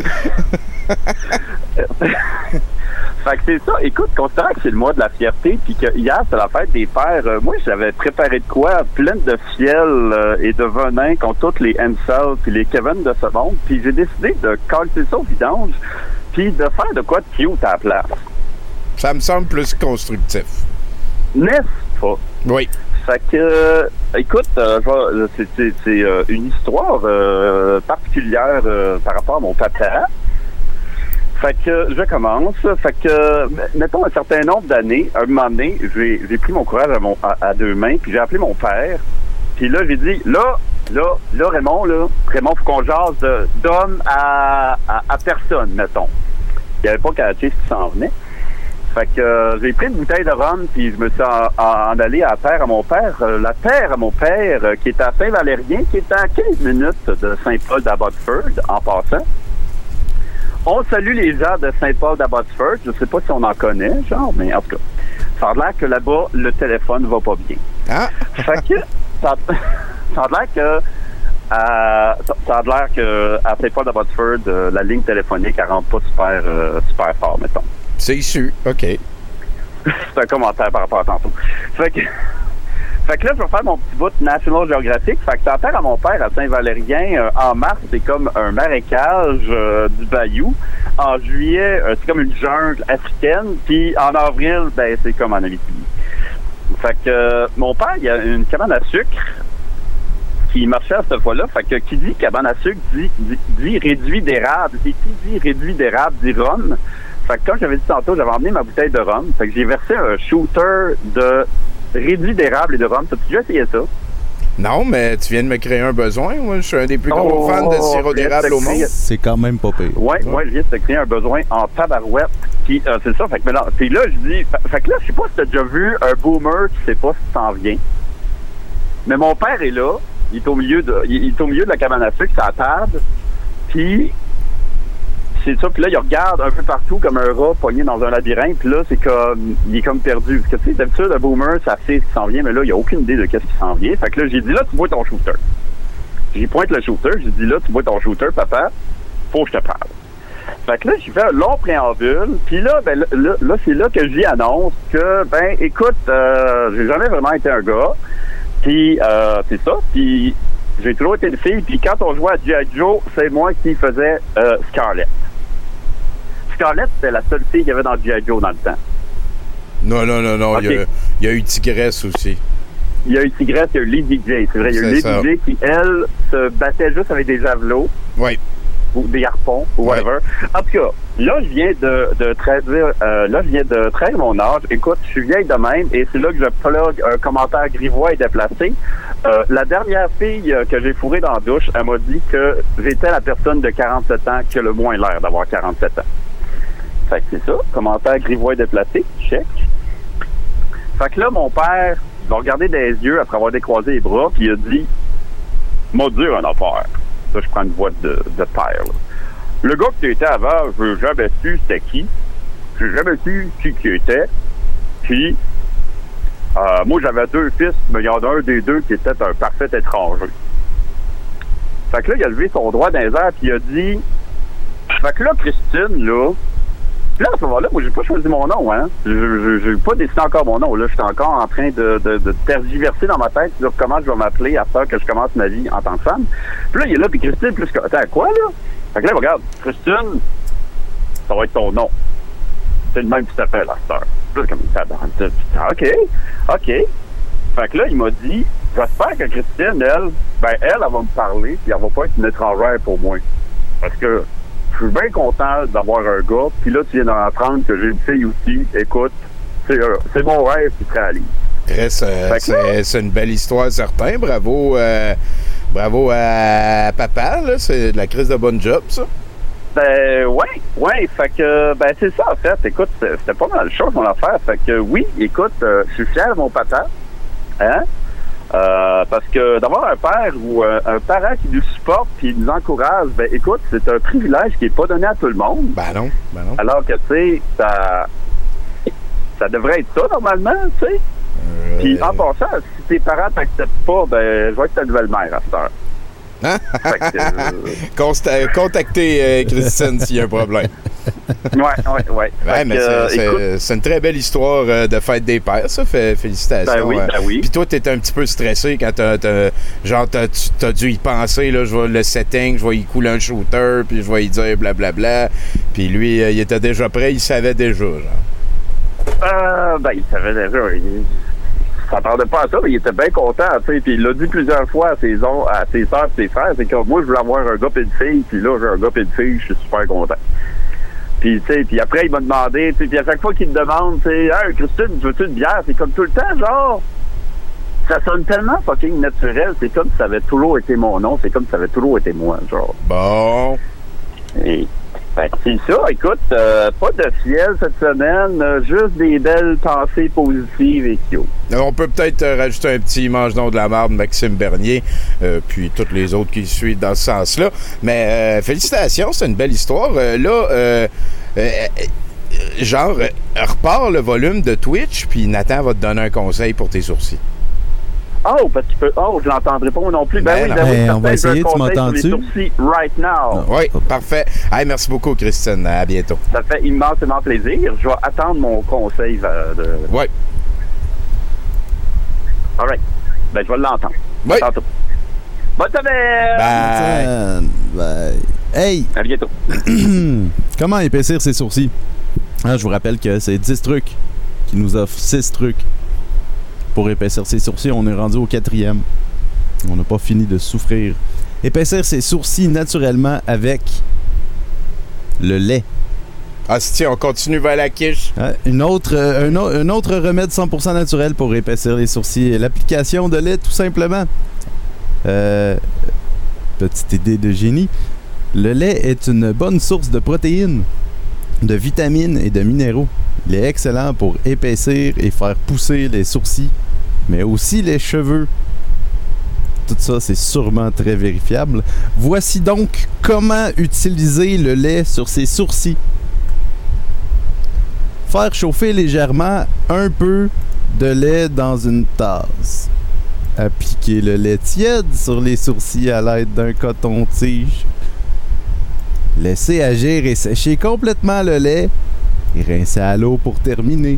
Fait que c'est ça. Écoute, considérant que c'est le mois de la fierté, puis que hier, c'est la fête des pères, moi, j'avais préparé de quoi? Plein de fiel et de venin contre tous les Ansel puis les Kevin de ce monde, puis j'ai décidé de casser ça au vidange, puis de faire de quoi de cute à la place. Ça me semble plus constructif. N'est-ce pas? Oui. Fait que, écoute, c'est une histoire particulière par rapport à mon papa. Fait que je commence. Fait que, mettons un certain nombre d'années, un moment donné, j'ai pris mon courage à deux mains, puis j'ai appelé mon père. Puis là, j'ai dit, là, Raymond, faut qu'on jase d'homme à personne, mettons. Il n'y avait pas catché ce qui s'en venait. Fait que j'ai pris une bouteille de rhum, puis je me suis en allé à la terre à mon père. La terre à mon père, qui est à Saint-Valérien, qui est à 15 minutes de Saint-Paul d'Abbotsford, en passant. On salue les gens de Saint-Paul d'Abbotsford. Je sais pas si on en connaît, genre, mais en tout cas, ça a l'air que là-bas, le téléphone va pas bien. Ah! Fait que, ça a l'air que à Saint-Paul d'Abbotsford, la ligne téléphonique, elle rentre pas super fort, mettons. C'est issu, OK. C'est un commentaire par rapport à tantôt. Fait que là, je vais faire mon petit bout de National Geographic. Fait que t'entends à mon père à Saint-Valérien, en mars, c'est comme un marécage du bayou. En juillet, c'est comme une jungle africaine. Puis en avril, ben c'est comme en Abitibi. Fait que mon père, il a une cabane à sucre qui marchait à cette fois-là. Fait que qui dit cabane à sucre dit réduit d'érable. Et qui dit réduit d'érable dit rhum. Fait que comme j'avais dit tantôt, j'avais emmené ma bouteille de rhum. Fait que j'ai versé un shooter de réduit d'érable et de rhum. T'as-tu déjà essayé ça? Non, mais tu viens de me créer un besoin. Moi, je suis un des plus gros fans de sirop d'érable au monde. C'est quand même pas pire. Ouais, je viens de te créer un besoin en tabarouette. Puis c'est ça. Fait que là, je dis... Fait que là, je sais pas si t'as déjà vu un boomer qui sait pas si s'en vient. Mais mon père est là. Il est au milieu de la cabane à sucre, sur la table. Puis... c'est ça, puis là, il regarde un peu partout comme un rat pogné dans un labyrinthe, puis là, il est comme perdu. Parce que, tu sais, d'habitude, un boomer, ça sait ce qui s'en vient, mais là, il a aucune idée de qu'est-ce qui s'en vient. Fait que là, j'ai dit, là, tu vois ton shooter. J'y pointe le shooter, j'ai dit, là, tu vois ton shooter, papa, faut que je te parle. Fait que là, j'ai fait un long préambule, puis là, ben, là, c'est là que j'y annonce que, ben, écoute, j'ai jamais vraiment été un gars, puis c'est ça, puis j'ai toujours été une fille, puis quand on jouait à G.I. Joe, c'est moi qui faisais Scarlett. Scarlett, c'était la seule fille qu'il y avait dans G.I. Joe dans le temps. Non. Okay. Il y a eu Tigresse aussi. Il y a eu Tigresse, il y a eu Lady J. C'est vrai, il y a eu Lady J qui, elle, se battait juste avec des javelots. Oui. Ou des harpons, ou whatever. En tout cas, là, je viens de trahir mon âge. Écoute, je suis vieille de même, et c'est là que je plug un commentaire grivois et déplacé. La dernière fille que j'ai fourrée dans la douche, elle m'a dit que j'étais la personne de 47 ans qui a le moins l'air d'avoir 47 ans. Fait que c'est ça, commentaire grivois et déplacé, check. Fait que là, mon père, il m'a regardé des yeux après avoir décroisé les bras, puis il a dit « M'a dit un affaire. » Ça, je prends une voix de père, là. Le gars que tu étais avant, je n'ai jamais su c'était qui. J'ai jamais su qui tu étais. Puis, moi, j'avais 2 fils, mais il y en a un des 2 qui était un parfait étranger. Fait que là, il a levé son doigt dans les airs, puis il a dit... Fait que là, Christine, là... Puis là, à ce moment-là, moi, j'ai pas choisi mon nom, hein. J'ai pas décidé encore mon nom, là. J'étais encore en train de tergiverser dans ma tête sur comment je vais m'appeler à ça que je commence ma vie en tant que femme. Puis là, il est là, puis Christine, plus que... Attends, quoi, là? Fait que là, regarde, Christine, ça va être ton nom. C'est le même qui t'appelle, la sœur. Puis là, comme, OK. Fait que là, il m'a dit, j'espère que Christine, elle va me parler, puis elle va pas être une étrangère pour moi. Parce que je suis bien content d'avoir un gars, puis là, tu viens d'apprendre que j'ai une fille aussi. Écoute, c'est mon rêve qui se réalise. Chris, c'est une belle histoire, certain. Bravo à papa, là. C'est de la crise de bonne job, ça. Ben, ouais. Fait que, ben, c'est ça, en fait. Écoute, c'était pas mal de choses, mon affaire. Fait que, oui, écoute, je suis fier de mon papa. Hein? Parce que d'avoir un père ou un parent qui nous supporte puis nous encourage, ben, écoute, c'est un privilège qui est pas donné à tout le monde. Ben non. Alors que, tu sais, ça devrait être ça, normalement, tu sais. Puis, en passant, si tes parents t'acceptent pas, ben, je vais être ta nouvelle mère à cette heure. Hein? Contactez Christine s'il y a un problème. Ouais, mais c'est une très belle histoire de fête des pères, ça. Félicitations. Ben oui. Puis toi, t'étais un petit peu stressé quand t'as dû y penser, là, je vais le setting, je vais y couler un shooter, puis je vais y dire blablabla. Puis lui, il était déjà prêt, il savait déjà, genre. Ben, il savait déjà. Il s'attendait pas à ça, mais il était bien content, tu sais. Puis il l'a dit plusieurs fois à ses soeurs et ses frères, c'est que moi, je voulais avoir un gars et une fille, puis là, j'ai un gars et une fille, je suis super content. Puis, tu sais, puis après, il m'a demandé, tu sais, puis à chaque fois qu'il me demande, tu sais, hey, Christine, veux-tu une bière? C'est comme tout le temps, genre, ça sonne tellement fucking naturel, c'est comme si ça avait toujours été mon nom, c'est comme si ça avait toujours été moi, genre. Bon. Et, ben, c'est ça, écoute, pas de fiel cette semaine, juste des belles pensées positives et cute. On peut peut-être rajouter un petit mange-nom de la marde, Maxime Bernier, puis toutes les autres qui suivent dans ce sens-là. Mais félicitations, c'est une belle histoire. Repars le volume de Twitch, puis Nathan va te donner un conseil pour tes sourcils. Oh, parce que je l'entendrai pas moi non plus. Ben oui, on va essayer, tu m'entends-tu? Right now. Oui, parfait. Hey, merci beaucoup, Christine. À bientôt. Ça fait immensément plaisir. Je vais attendre mon conseil Oui. All right. Ben, je vais l'entendre. Oui. Tantôt. Bonne semaine! Bye. Hey! À bientôt. Comment épaissir ses sourcils? Je vous rappelle que c'est 10 trucs qui nous offrent 6 trucs pour épaissir ses sourcils. On est rendu au 4e. On n'a pas fini de souffrir. Épaissir ses sourcils naturellement avec le lait. Ah, si on continue vers la quiche. Un autre remède 100% naturel pour épaissir les sourcils. L'application de lait, tout simplement. Petite idée de génie. Le lait est une bonne source de protéines, de vitamines et de minéraux. Il est excellent pour épaissir et faire pousser les sourcils, mais aussi les cheveux. Tout ça, c'est sûrement très vérifiable. Voici donc comment utiliser le lait sur ses sourcils. Faire chauffer légèrement un peu de lait dans une tasse. Appliquer le lait tiède sur les sourcils à l'aide d'un coton-tige. Laisser agir et sécher complètement le lait et rincer à l'eau pour terminer.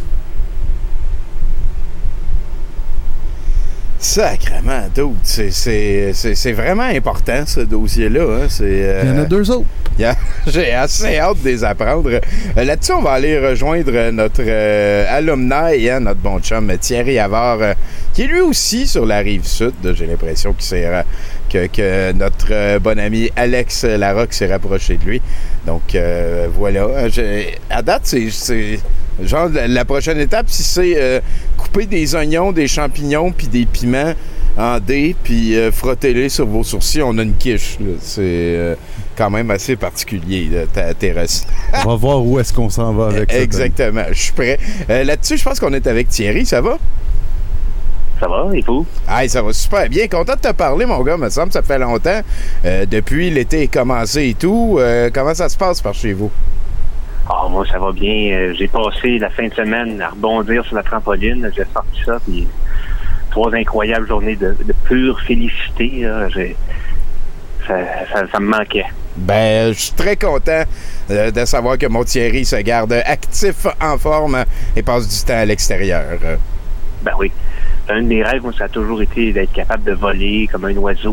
Sacrément, d'autres. C'est vraiment important, ce dossier-là. Hein? Il y en a 2 autres. J'ai assez hâte de les apprendre. Là-dessus, on va aller rejoindre notre alumni, hein, notre bon chum Thierry Havard, qui est lui aussi sur la rive sud. J'ai l'impression que notre bon ami Alex Larocque s'est rapproché de lui. Donc, voilà. À date, c'est genre la prochaine étape, si c'est couper des oignons, des champignons puis des piments en dés, puis frottez-les sur vos sourcils, on a une quiche. Là. C'est quand même assez particulier, tes recettes. On va voir où est-ce qu'on s'en va avec ça. Exactement, je suis prêt. Là-dessus, je pense qu'on est avec Thierry, ça va? Ça va, et vous? Ah, ça va super bien. Content de te parler, mon gars, me semble, ça fait longtemps. Depuis l'été est commencé et tout, comment ça se passe par chez vous? Ah, moi, ça va bien. J'ai passé la fin de semaine à rebondir sur la trampoline. J'ai sorti ça, puis 3 incroyables journées de pure félicité. Là. Ça me manquait. Ben, je suis très content de savoir que mon Thierry se garde actif, en forme et passe du temps à l'extérieur. Ben oui. Un de mes rêves, moi, ça a toujours été d'être capable de voler comme un oiseau.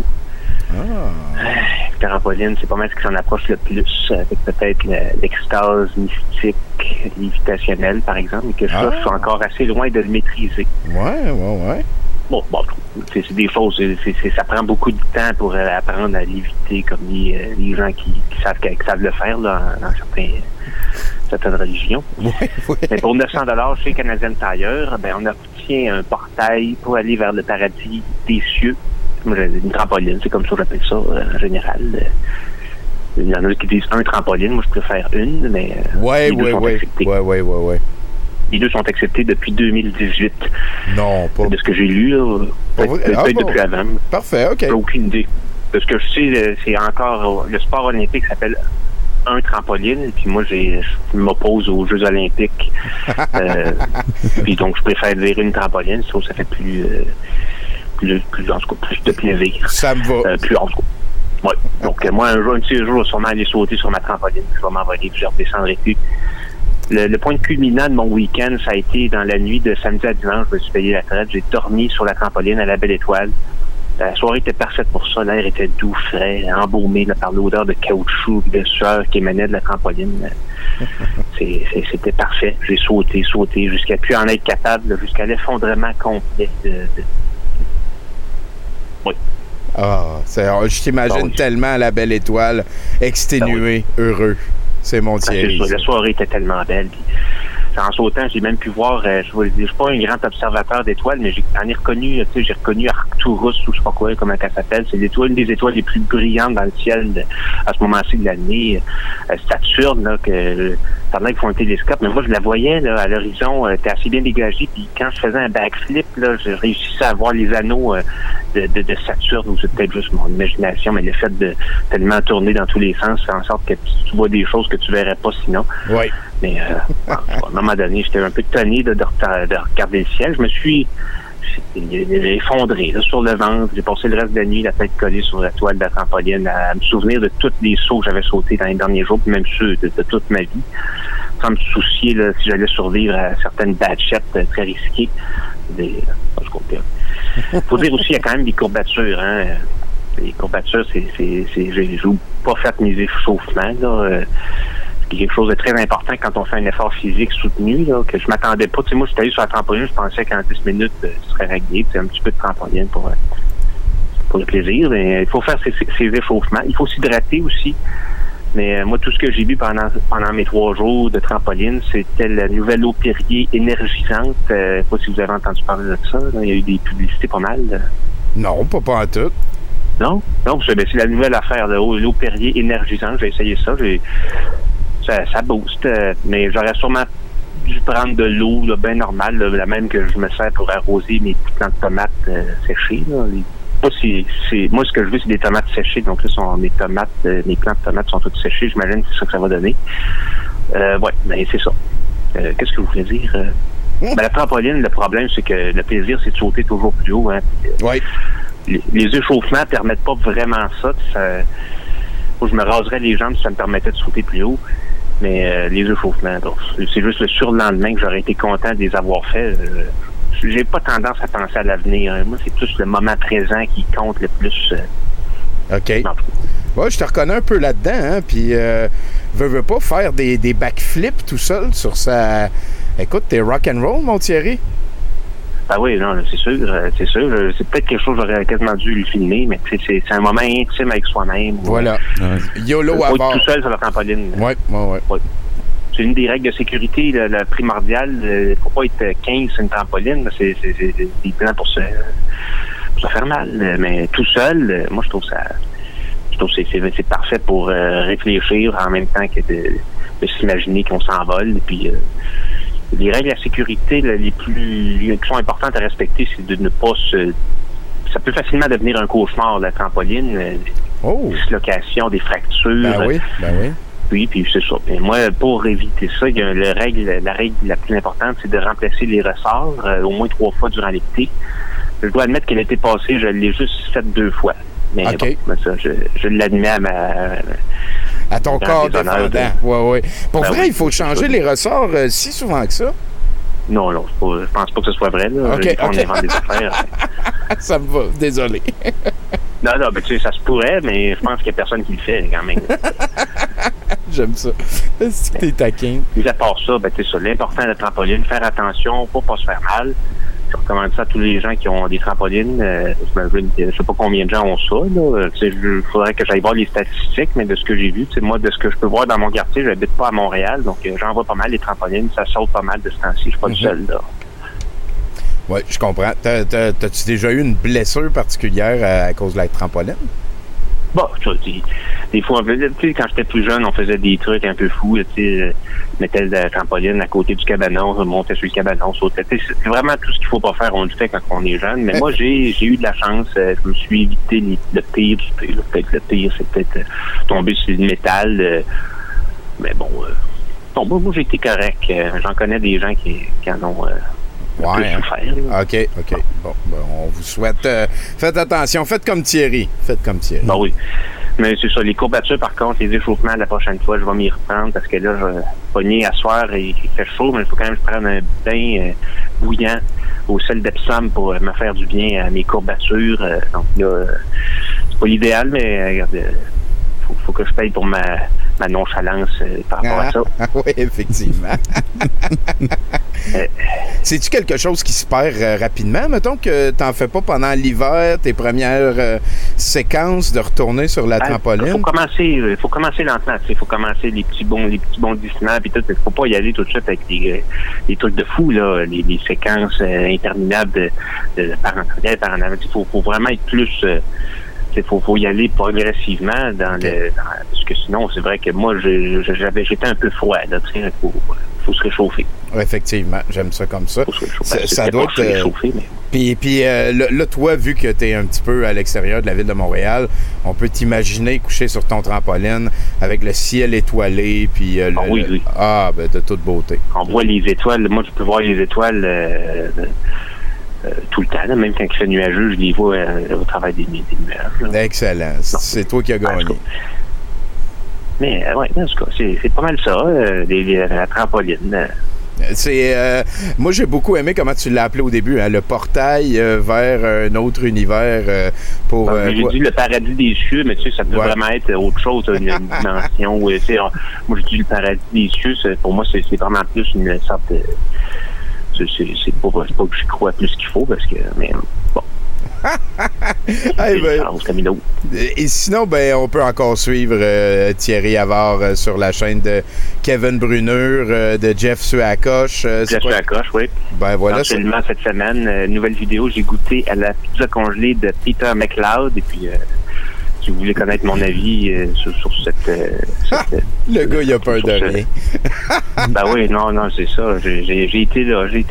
Le trampoline, c'est pas mal ce qui s'en approche le plus, avec peut-être l'extase mystique, lévitationnelle, par exemple, et que ça, je suis encore assez loin de le maîtriser. Ouais. c'est des choses, ça prend beaucoup de temps pour apprendre à l'éviter, comme les gens qui savent le faire là, dans certaines religions. Oui. Mais pour 900$ chez Canadian Tire, on obtient un portail pour aller vers le paradis des cieux. Une trampoline, c'est comme ça que j'appelle ça en général. Il y en a qui disent un trampoline, moi je préfère une, mais ouais. Les deux sont acceptés depuis 2018. Non, pas... De ce que j'ai lu, là, peut-être depuis avant. Parfait, OK. J'ai aucune idée. De ce que je sais, c'est encore... Le sport olympique s'appelle un trampoline, puis moi, je m'oppose aux Jeux olympiques. Puis donc, je préfère dire une trampoline, ça fait plus en tout cas, plus de plaisir. Ça me va. Plus en tout cas. Ouais. Donc, moi, un petit jour, je vais sûrement aller sauter sur ma trampoline, je vais m'envoler, puis je redescendrai plus. Le point culminant de mon week-end, ça a été dans la nuit de samedi à dimanche. Je me suis payé la traite. J'ai dormi sur la trampoline à la Belle Étoile. La soirée était parfaite pour ça. L'air était doux, frais, embaumé par l'odeur de caoutchouc et de sueur qui émanait de la trampoline. C'était parfait. J'ai sauté jusqu'à plus en être capable, jusqu'à l'effondrement complet Oui. Ah, je t'imagine tellement à la Belle Étoile, exténué, heureux. C'est mon Thierry. La soirée était tellement belle. Puis, en sautant, j'ai même pu voir, je ne suis pas un grand observateur d'étoiles, mais j'en ai reconnu, j'ai reconnu Arcturus, ou je sais pas quoi, comment elle s'appelle. C'est une des étoiles les plus brillantes dans le ciel à ce moment-ci de l'année. Saturne, là, pendant qu'ils font un télescope, mais moi, je la voyais, là, à l'horizon, elle était assez bien dégagée, puis quand je faisais un backflip, là, je réussissais à voir les anneaux de Saturne, ou c'est peut-être juste mon imagination, mais le fait de tellement tourner dans tous les sens fait en sorte que tu vois des choses que tu verrais pas sinon. Oui. Mais à un moment donné, j'étais un peu tanné de regarder le ciel. Je me suis effondré là, sur le ventre. J'ai passé le reste de la nuit la tête collée sur la toile de la trampoline à me souvenir de tous les sauts que j'avais sautés dans les derniers jours, puis même ceux de toute ma vie, sans me soucier là, si j'allais survivre à certaines batchettes très risquées. Faut dire aussi, il y a quand même des courbatures. Hein. Les courbatures, j'ai pas fait mes échauffements. Là. C'est quelque chose de très important quand on fait un effort physique soutenu, là, que je m'attendais pas. Tu sais, moi, je suis allé sur la trampoline, je pensais qu'en 10 minutes, ce serait réglé. C'est un petit peu de trampoline pour le plaisir. Mais il faut faire ces échauffements. Il faut s'hydrater aussi. Mais moi, tout ce que j'ai bu pendant mes 3 jours de trampoline, c'était la nouvelle eau Perrier énergisante. Je ne sais pas si vous avez entendu parler de ça. Là. Il y a eu des publicités pas mal. Non, pas en tout. Non, c'est la nouvelle affaire, l'eau Perrier énergisante. J'ai essayé ça. Ça booste, mais j'aurais sûrement dû prendre de l'eau là, bien normale, là, la même que je me sers pour arroser mes petits plants de tomates séchés. Là. Moi, ce que je veux, c'est des tomates séchées. Donc là, mes plants de tomates sont toutes séchés. J'imagine que c'est ça que ça va donner. Mais c'est ça. Qu'est-ce que vous voulez dire? La trampoline, le problème, c'est que le plaisir, c'est de sauter toujours plus haut. Hein. Oui. Les échauffements permettent pas vraiment ça. Je me raserais les jambes si ça me permettait de sauter plus haut. Mais les échauffements, c'est juste le surlendemain que j'aurais été content de les avoir faits. J'ai pas tendance à penser à l'avenir. Hein. Moi, c'est plus le moment présent qui compte le plus. OK. Ouais, je te reconnais un peu là-dedans. Hein? Puis, veux pas faire des backflips tout seul sur sa... Écoute, t'es rock'n'roll, mon Thierry? Ah oui, non, c'est sûr. C'est peut-être quelque chose que j'aurais quasiment dû le filmer, mais c'est un moment intime avec soi-même. Voilà. YOLO à bord. Tout seul sur la trampoline. Oui. C'est une des règles de sécurité, la primordiale. Il ne faut pas être 15 sur une trampoline. C'est des plans pour se faire mal. Mais tout seul, moi, je trouve que c'est parfait pour réfléchir en même temps que de s'imaginer qu'on s'envole. Puis, les règles de la sécurité qui sont importantes à respecter, c'est de ne pas ça peut facilement devenir un cauchemar, la trampoline. Dislocation, des fractures. Ben oui. Oui, puis c'est ça. Et moi, pour éviter ça, il y a la règle la plus importante, c'est de remplacer les ressorts au moins 3 fois durant l'été. Je dois admettre que l'été passé, je l'ai juste fait 2 fois. Mais bon, ça, je l'admets à ton corps défendant. Oui. Pour vrai, il faut changer les ressorts si souvent que ça? Non, je pense pas que ce soit vrai. Là. On invente des affaires. Ça me va, désolé. Non, mais tu sais, ça se pourrait, mais je pense qu'il n'y a personne qui le fait quand même. J'aime ça. C'est que t'es taquin. Mis à part ça, c'est ça. L'important de la trampoline, faire attention, pas se faire mal. recommande ça à tous les gens qui ont des trampolines. Je sais pas combien de gens ont ça. Il faudrait que j'aille voir les statistiques, mais de ce que j'ai vu, moi, de ce que je peux voir dans mon quartier, j'habite pas à Montréal, donc j'en vois pas mal les trampolines. Ça saute pas mal de ce temps-ci. Je suis pas le seul, là. Oui, je comprends. T'as-tu déjà eu une blessure particulière à cause de la trampoline? Bon, des fois, quand j'étais plus jeune, on faisait des trucs un peu fous. Mettait la trampoline à côté du cabanon, on montait sur le cabanon, sautait. C'est vraiment tout ce qu'il faut pas faire, on le fait quand on est jeune. Mais moi, j'ai eu de la chance. Je me suis évité le pire du pire. Peut-être le pire, c'est peut-être tomber sur le métal. Mais bon, moi, j'ai été correct. J'en connais des gens qui en ont... Ouais, hein? OK. Bon, on vous souhaite... faites attention. Faites comme Thierry. Ben oui. Mais c'est ça. Les courbatures, par contre, les échauffements, la prochaine fois, je vais m'y reprendre parce que là, je vais pogner à soir et il fait chaud, mais il faut quand même que je prenne un bain bouillant au sel d'Epsom pour me faire du bien à mes courbatures. Donc là, c'est pas l'idéal, mais regarde, faut que je paye pour ma nonchalance par rapport à ça. Oui, effectivement. C'est-tu quelque chose qui se perd rapidement? Mettons que t'en fais pas pendant l'hiver, tes premières séquences de retourner sur la trampoline. Il faut commencer lentement. Il faut commencer les petits bondissements puis tout. Il faut pas y aller tout de suite avec des trucs de fou, là, les séquences interminables de par en arrière, par en avant. Il faut vraiment être plus... Il faut y aller progressivement parce que sinon, c'est vrai que moi, j'étais un peu froid. Il faut se réchauffer. Effectivement, j'aime ça comme ça. Ça doit être... réchauffer, mais... Puis là, toi, vu que tu es un petit peu à l'extérieur de la ville de Montréal, on peut t'imaginer coucher sur ton trampoline avec le ciel étoilé, puis oui. De toute beauté. On voit les étoiles. Moi, je peux voir les étoiles... tout le temps, là. Même quand il fait nuageux, je les vois au travail des nuages. Là. Excellent. C'est toi qui as gagné. Mais oui, en tout cas, c'est pas mal ça, la trampoline. Moi, j'ai beaucoup aimé comment tu l'as appelé au début, hein, le portail vers un autre univers pour... j'ai dit le paradis des cieux, mais tu sais, ça peut vraiment être autre chose, une dimension. Moi, j'ai dit le paradis des cieux, pour moi, c'est vraiment plus une sorte de... C'est pas que j'y crois plus qu'il faut, parce que... Mais bon... Et sinon, on peut encore suivre Thierry Havard sur la chaîne de Kevin Bruneur, de Jeff Suacoche. Jeff Suacoche, oui. Voilà. Absolument, cette semaine, nouvelle vidéo, j'ai goûté à la pizza congelée de Peter McLeod, et puis... si vous voulez connaître mon avis sur cette le gars, il a peur de rien. Ben oui, non, c'est ça. J'ai été là. J'ai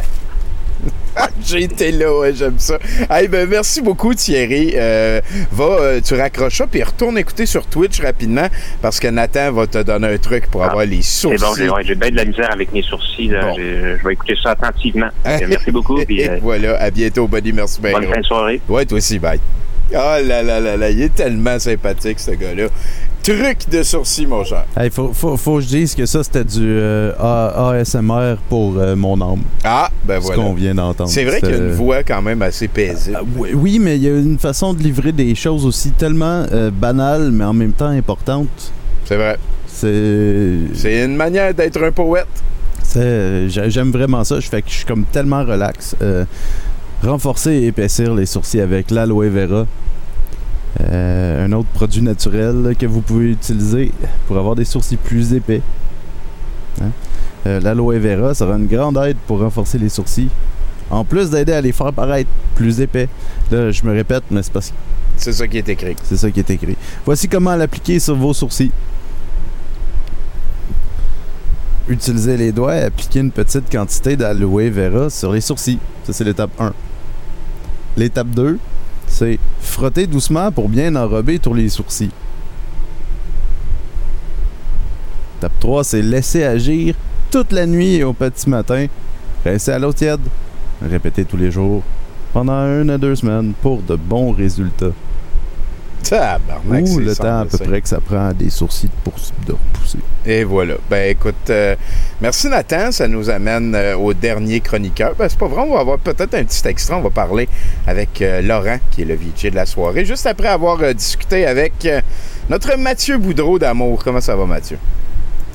été là, ouais, j'aime ça. Hey, merci beaucoup, Thierry. Tu raccroches ça, puis retourne écouter sur Twitch rapidement, parce que Nathan va te donner un truc pour avoir les sourcils. C'est bon, j'ai bien de la misère avec mes sourcils. Là. Bon. Je vais écouter ça attentivement. Merci beaucoup. Puis, voilà, à bientôt, buddy. Merci bien. Bonne fin de soirée. Ouais, toi aussi, bye. Oh là, il est tellement sympathique, ce gars-là. Truc de sourcils, mon cher. Hey, faut que je dise que ça, c'était du ASMR pour mon âme. Ah, ben voilà. Ce qu'on vient d'entendre. C'est vrai qu'il y a une voix quand même assez paisible. Oui, mais il y a une façon de livrer des choses aussi tellement banales, mais en même temps importantes. C'est vrai. C'est une manière d'être un poète. J'aime vraiment ça. Je suis comme tellement relax. Renforcer et épaissir les sourcils avec l'aloe vera. Un autre produit naturel que vous pouvez utiliser pour avoir des sourcils plus épais. Hein? L'aloe vera sera une grande aide pour renforcer les sourcils. En plus d'aider à les faire paraître plus épais. Là, je me répète, mais c'est parce que... C'est ça qui est écrit. C'est ça qui est écrit. Voici comment l'appliquer sur vos sourcils. Utilisez les doigts et appliquez une petite quantité d'aloe vera sur les sourcils. Ça, c'est l'étape 1. L'étape 2, c'est frotter doucement pour bien enrober tous les sourcils. Étape 3, c'est laisser agir toute la nuit et au petit matin. Restez à l'eau tiède. Répétez tous les jours pendant 1 à 2 semaines pour de bons résultats. Tabarnak, ou le temps à peu près que ça prend à des sourcils de repousser. Et voilà. Écoute, merci Nathan, ça nous amène au dernier chroniqueur. C'est pas vrai, on va avoir peut-être un petit extra. On va parler avec Laurent, qui est le VJ de la soirée, juste après avoir discuté avec notre Mathieu Boudreau d'Amour. Comment ça va, Mathieu?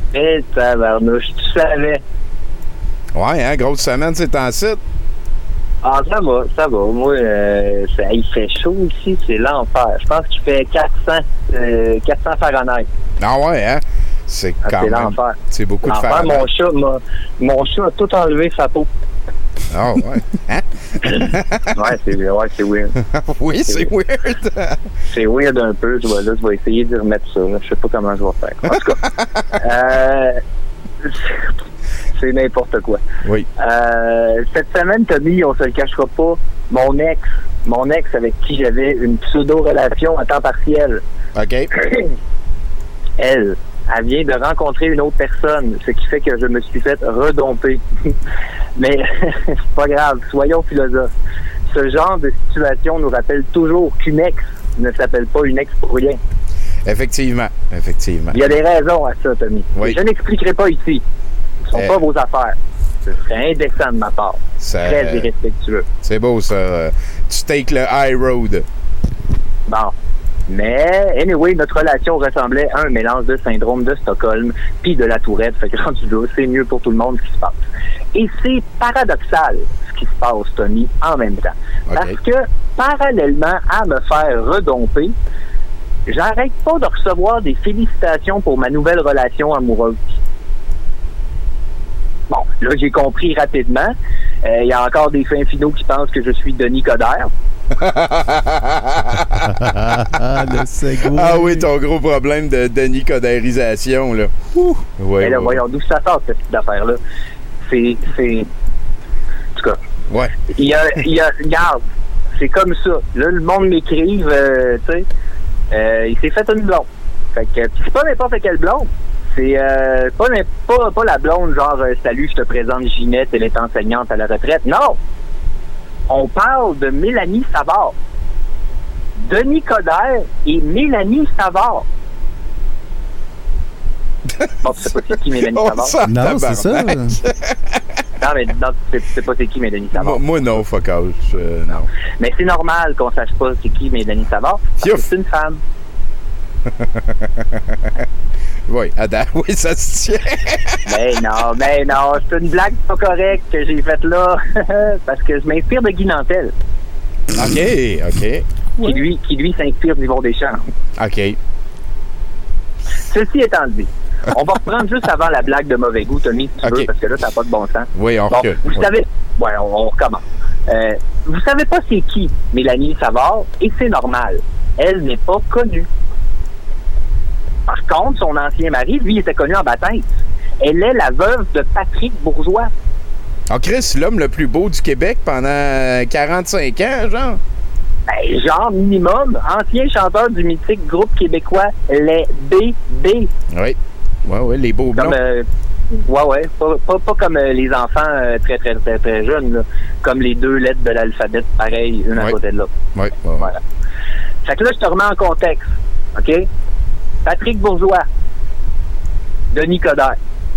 Tabarnouche, tu savais. Ouais, hein, grosse semaine, c'est en site. Ah, ça va. Moi, il fait chaud ici, c'est l'enfer. Je pense qu'il fait 400 Fahrenheit. Ah ouais, hein? C'est quand même... l'enfer. C'est beaucoup de Fahrenheit. Mon chat a tout enlevé sa peau. Ah ouais. Hein? c'est weird. Oui, c'est weird. C'est weird un peu. Je vais essayer de remettre ça. Là. Je sais pas comment je vais faire. En tout cas, c'est n'importe quoi. Oui. Cette semaine, Tommy, on se le cachera pas, mon ex avec qui j'avais une pseudo-relation à temps partiel. OK. Elle vient de rencontrer une autre personne, ce qui fait que je me suis fait redomper. Mais c'est pas grave, soyons philosophes. Ce genre de situation nous rappelle toujours qu'une ex ne s'appelle pas une ex pour rien. Effectivement. Il y a des raisons à ça, Tommy. Oui. Je n'expliquerai pas ici. Ce ne sont pas vos affaires. Ce serait indécent de ma part. Très irrespectueux. C'est beau, ça. Tu take le high road. Bon. Mais, anyway, notre relation ressemblait à un mélange de syndrome de Stockholm puis de la Tourette. Fait que rendu là, c'est mieux pour tout le monde ce qui se passe. Et c'est paradoxal ce qui se passe, Tommy, en même temps. Okay. Parce que, parallèlement à me faire redomper, j'arrête pas de recevoir des félicitations pour ma nouvelle relation amoureuse. Bon, là, j'ai compris rapidement. Il y a encore des fins finaux qui pensent que je suis Denis Coderre. Le segway. Ah oui, ton gros problème de Denis Coderrisation, là. Ouais, mais là, voyons d'où ça sort, cette petite affaire-là. C'est... En tout cas. Ouais. Regarde, c'est comme ça. Là, le monde m'écrive, tu sais, il s'est fait une blonde. Fait que, c'est pas n'importe quelle blonde. C'est pas la blonde, genre, salut, je te présente Ginette, elle est enseignante à la retraite. Non! On parle de Mélanie Savard. Denis Coderre et Mélanie Savard. Bon, tu sais pas c'est qui Mélanie Savard? Non, c'est ça. Non, mais non, tu sais pas c'est qui Mélanie Savard. Moi non, fuck out. Non. Mais c'est normal qu'on sache pas c'est qui Mélanie Savard. Parce que c'est une femme. Oui, Adam, oui, ça se tient. mais non, c'est une blague pas correcte que j'ai faite là, parce que je m'inspire de Guy Nantel. OK. Qui lui s'inspire d'Yvon Deschamps. OK. Ceci étant dit, on va reprendre juste avant la blague de mauvais goût, Tommy, si tu veux, parce que là, ça n'a pas de bon sens. Oui, on recule. Vous savez... Ouais, on recommence. Vous savez pas c'est qui Mélanie Savard, et c'est normal. Elle n'est pas connue. Par contre, son ancien mari, lui, était connu en baptême. Elle est la veuve de Patrick Bourgeois. Ah, Chris, l'homme le plus beau du Québec pendant 45 ans, genre? Ben, genre minimum. Ancien chanteur du mythique groupe québécois Les B.B. Oui, les beaux blonds. Pas comme les enfants très jeunes, là. Comme les deux lettres de l'alphabet, pareil, une à côté de l'autre. Oui. Voilà. Fait que là, je te remets en contexte, OK? Patrick Bourgeois, Denis Coderre.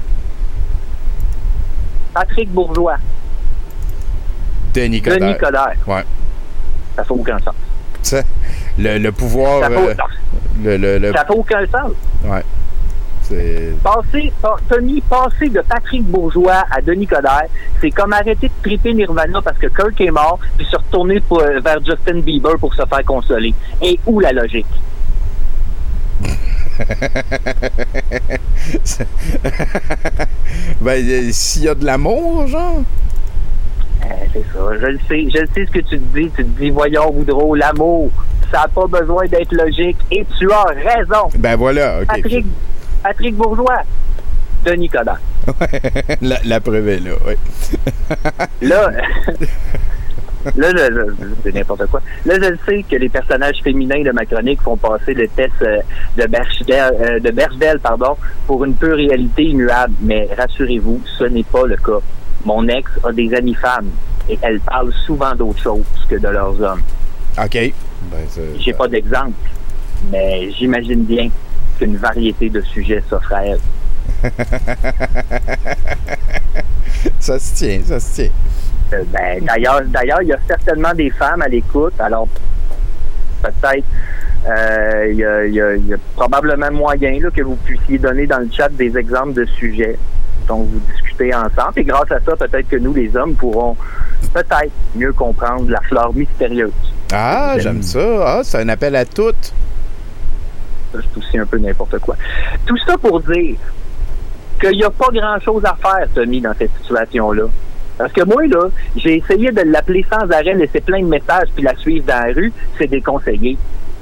Patrick Bourgeois, Denis Coderre. Ouais. Ça fait aucun sens. Le pouvoir... Ça fait aucun sens. Ouais. Passer de Patrick Bourgeois à Denis Coderre, c'est comme arrêter de triper Nirvana parce que Kirk est mort, puis se retourner vers Justin Bieber pour se faire consoler. Et où la logique? Ben, s'il y a de l'amour, genre? C'est ça. Je le sais ce que tu te dis. Tu te dis, voyons, Boudreau, l'amour, ça n'a pas besoin d'être logique. Et tu as raison. Ben voilà, OK. Patrick Bourgeois, Denis Coderre. La preuve est là, oui. Là, c'est n'importe quoi. Là, je le sais que les personnages féminins de ma chronique font passer le test de Bechdel, pour une pure réalité immuable. Mais rassurez-vous, ce n'est pas le cas. Mon ex a des amies femmes et elles parlent souvent d'autres choses que de leurs hommes. OK. Ben, j'ai pas d'exemple, mais j'imagine bien qu'une variété de sujets s'offre à elles. Ça se tient. D'ailleurs, il y a certainement des femmes à l'écoute. Alors, peut-être, il y a probablement moyen là, que vous puissiez donner dans le chat des exemples de sujets. Donc, vous discutez ensemble. Et grâce à ça, peut-être que nous, les hommes, pourrons peut-être mieux comprendre la fleur mystérieuse. Ah, j'aime ça. Ah, c'est un appel à toutes. Ça, c'est aussi un peu n'importe quoi. Tout ça pour dire qu'il n'y a pas grand-chose à faire, Tommy, dans cette situation-là. Parce que moi, là, j'ai essayé de l'appeler sans arrêt, laisser plein de messages, puis la suivre dans la rue, c'est déconseillé.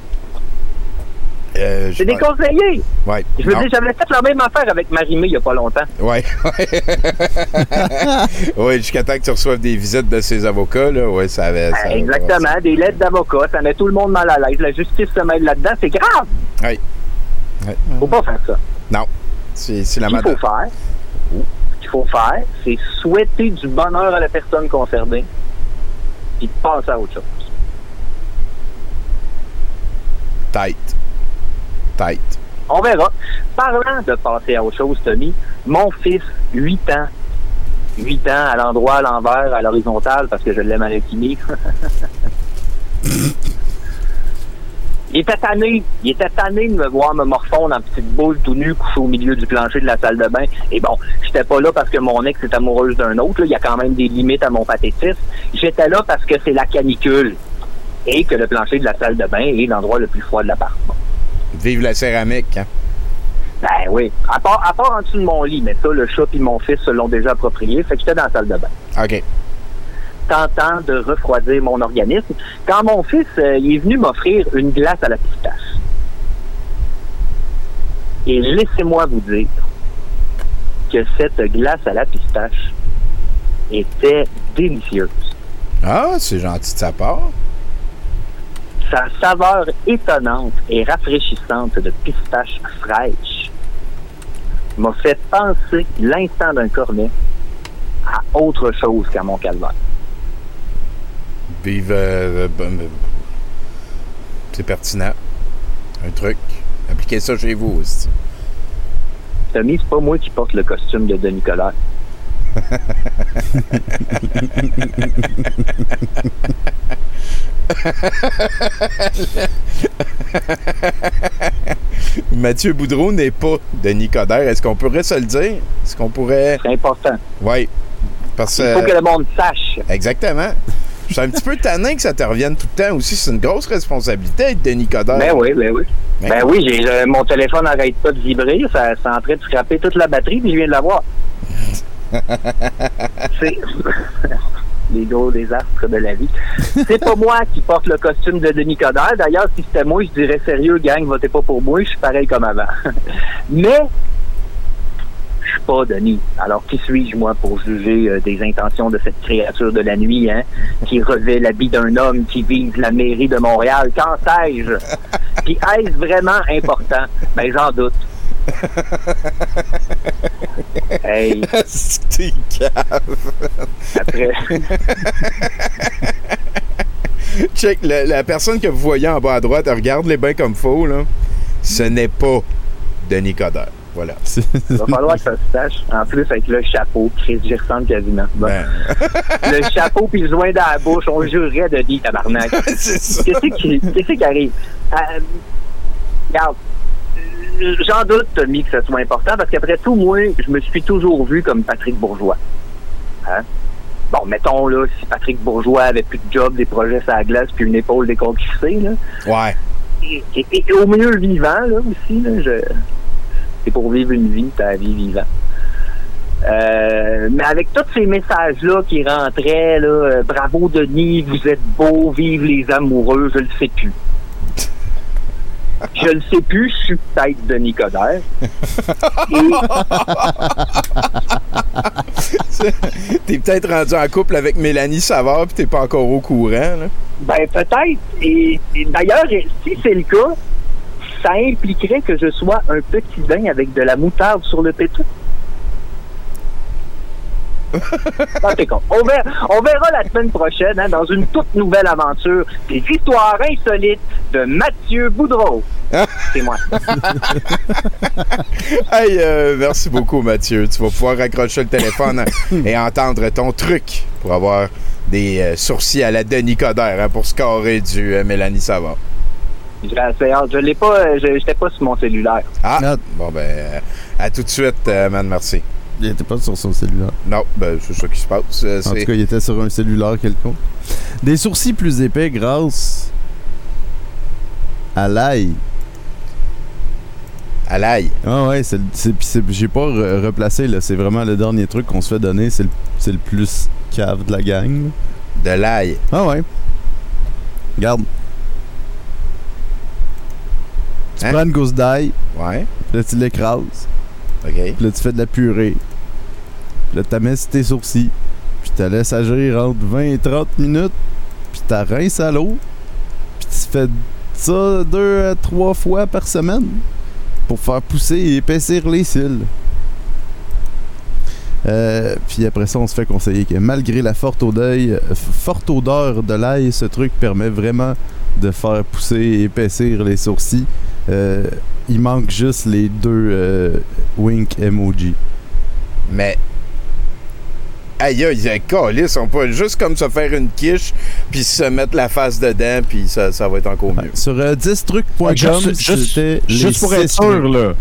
C'est déconseillé! Ouais. Je veux dire, j'avais fait la même affaire avec Marie-Mé il n'y a pas longtemps. Ouais. Oui, jusqu'à temps que tu reçoives des visites de ses avocats, là. Oui, ça avait. Ça exactement, des lettres d'avocats, ça met tout le monde mal à l'aise. La justice se mêle là-dedans, c'est grave! Oui. Ouais. Faut pas faire ça. Non. C'est la Ce qu'il faut faire, c'est souhaiter du bonheur à la personne concernée, puis passer à autre chose. Tight. On verra. Parlant de passer à autre chose, Tommy, mon fils, 8 ans. 8 ans à l'endroit, à l'envers, à l'horizontale, parce que je l'aime à l'infini. Il était tanné de me voir me morfondre en petite boule tout nu couché au milieu du plancher de la salle de bain. Et bon, j'étais pas là parce que mon ex est amoureuse d'un autre. Là. Il y a quand même des limites à mon pathétisme. J'étais là parce que c'est la canicule et que le plancher de la salle de bain est l'endroit le plus froid de l'appart. Vive la céramique, hein? Ben oui. À part en dessous de mon lit, mais ça, le chat et mon fils se l'ont déjà approprié. Fait que j'étais dans la salle de bain. OK. Tentant de refroidir mon organisme, quand mon fils il est venu m'offrir une glace à la pistache. Et laissez-moi vous dire que cette glace à la pistache était délicieuse. Ah, c'est gentil de sa part. Sa saveur étonnante et rafraîchissante de pistache fraîche m'a fait penser l'instant d'un cornet à autre chose qu'à mon calvaire. Vive. C'est pertinent. Un truc. Appliquez ça chez vous aussi. Tommy, c'est pas moi qui porte le costume de Denis Coderre. Mathieu Boudreau n'est pas Denis Coderre. Est-ce qu'on pourrait se le dire? Est-ce qu'on pourrait... C'est important. Oui. Parce il faut que le monde sache. Exactement. Je suis un petit peu tannin que ça te revienne tout le temps aussi. C'est une grosse responsabilité d'être Denis Coderre. Ben oui. Ben oui, mon téléphone n'arrête pas de vibrer. Ça c'est en train de scraper toute la batterie, puis je viens de l'avoir. C'est les gros désastres de la vie. C'est pas moi qui porte le costume de Denis Coderre. D'ailleurs, si c'était moi, je dirais sérieux, gang, votez pas pour moi. Je suis pareil comme avant. Mais je suis pas Denis. Alors, qui suis-je, moi, pour juger des intentions de cette créature de la nuit, hein, qui revêt l'habit d'un homme qui vise la mairie de Montréal? Qu'en sais-je? Puis est-ce vraiment important? Ben, j'en doute. Hey. C'est cave. Après. Check, la personne que vous voyez en bas à droite, regarde les bains comme faux, là. Ce n'est pas Denis Coderre. Voilà. Il va falloir que ça se sache. En plus, avec le chapeau, Chris, j'y ressemble quasiment. Bon. Ben. Le chapeau puis le joint dans la bouche, on jurerait de dire tabarnak. C'est ça. Qu'est-ce qui arrive? Regarde. J'en doute, Tommy, que ce soit important, parce qu'après tout, moi, je me suis toujours vu comme Patrick Bourgeois. Hein? Bon, mettons, là, si Patrick Bourgeois avait plus de job, des projets sur la glace, puis une épaule déconquistée, là. Ouais. Et au mieux vivant, là, aussi, là, c'est pour vivre une vie, ta vie vivant. Mais avec tous ces messages-là qui rentraient, là, bravo Denis, vous êtes beau, vive les amoureux, je le sais plus. Je ne sais plus, je suis peut-être Denis Coderre. T'es peut-être rendu en couple avec Mélanie Savard puis t'es pas encore au courant, là. Ben, peut-être. Et d'ailleurs, si c'est le cas, ça impliquerait que je sois un petit bain avec de la moutarde sur le pétou. Non, t'es con. On verra la semaine prochaine, hein, dans une toute nouvelle aventure, des histoires insolites de Mathieu Boudreau. C'est moi. Hey, merci beaucoup, Mathieu. Tu vas pouvoir raccrocher le téléphone et entendre ton truc pour avoir des sourcils à la Denis Coderre, hein, pour scorer du Mélanie Savard. J'ai assez hâte. Je l'ai pas, j'étais pas sur mon cellulaire. Ah, bon ben, à tout de suite, man, merci. Il était pas sur son cellulaire. Non, ben c'est ça qui se passe. En tout cas, il était sur un cellulaire quelconque. Des sourcils plus épais grâce à l'ail. À l'ail? Ah ouais, j'ai pas replacé, là. C'est vraiment le dernier truc qu'on se fait donner. C'est le plus cave de la gang. De l'ail? Ah ouais. Regarde. Tu prends une gousse d'ail. Ouais. Puis là, tu l'écrases. OK. Puis là, tu fais de la purée. Puis là, tu la mets sur tes sourcils. Puis tu la laisses agir entre 20 et 30 minutes. Puis tu la rinces à l'eau. Puis tu fais ça 2 à 3 fois par semaine pour faire pousser et épaissir les cils. Puis après ça, on se fait conseiller que malgré la forte odeur de l'ail, ce truc permet vraiment de faire pousser et épaissir les sourcils. Il manque juste les 2 wink emoji. Mais aïe, ils calissent, on peut juste comme se faire une quiche puis se mettre la face dedans puis ça va être encore mieux. Sur 10trucs.com, juste pour être sûr, là.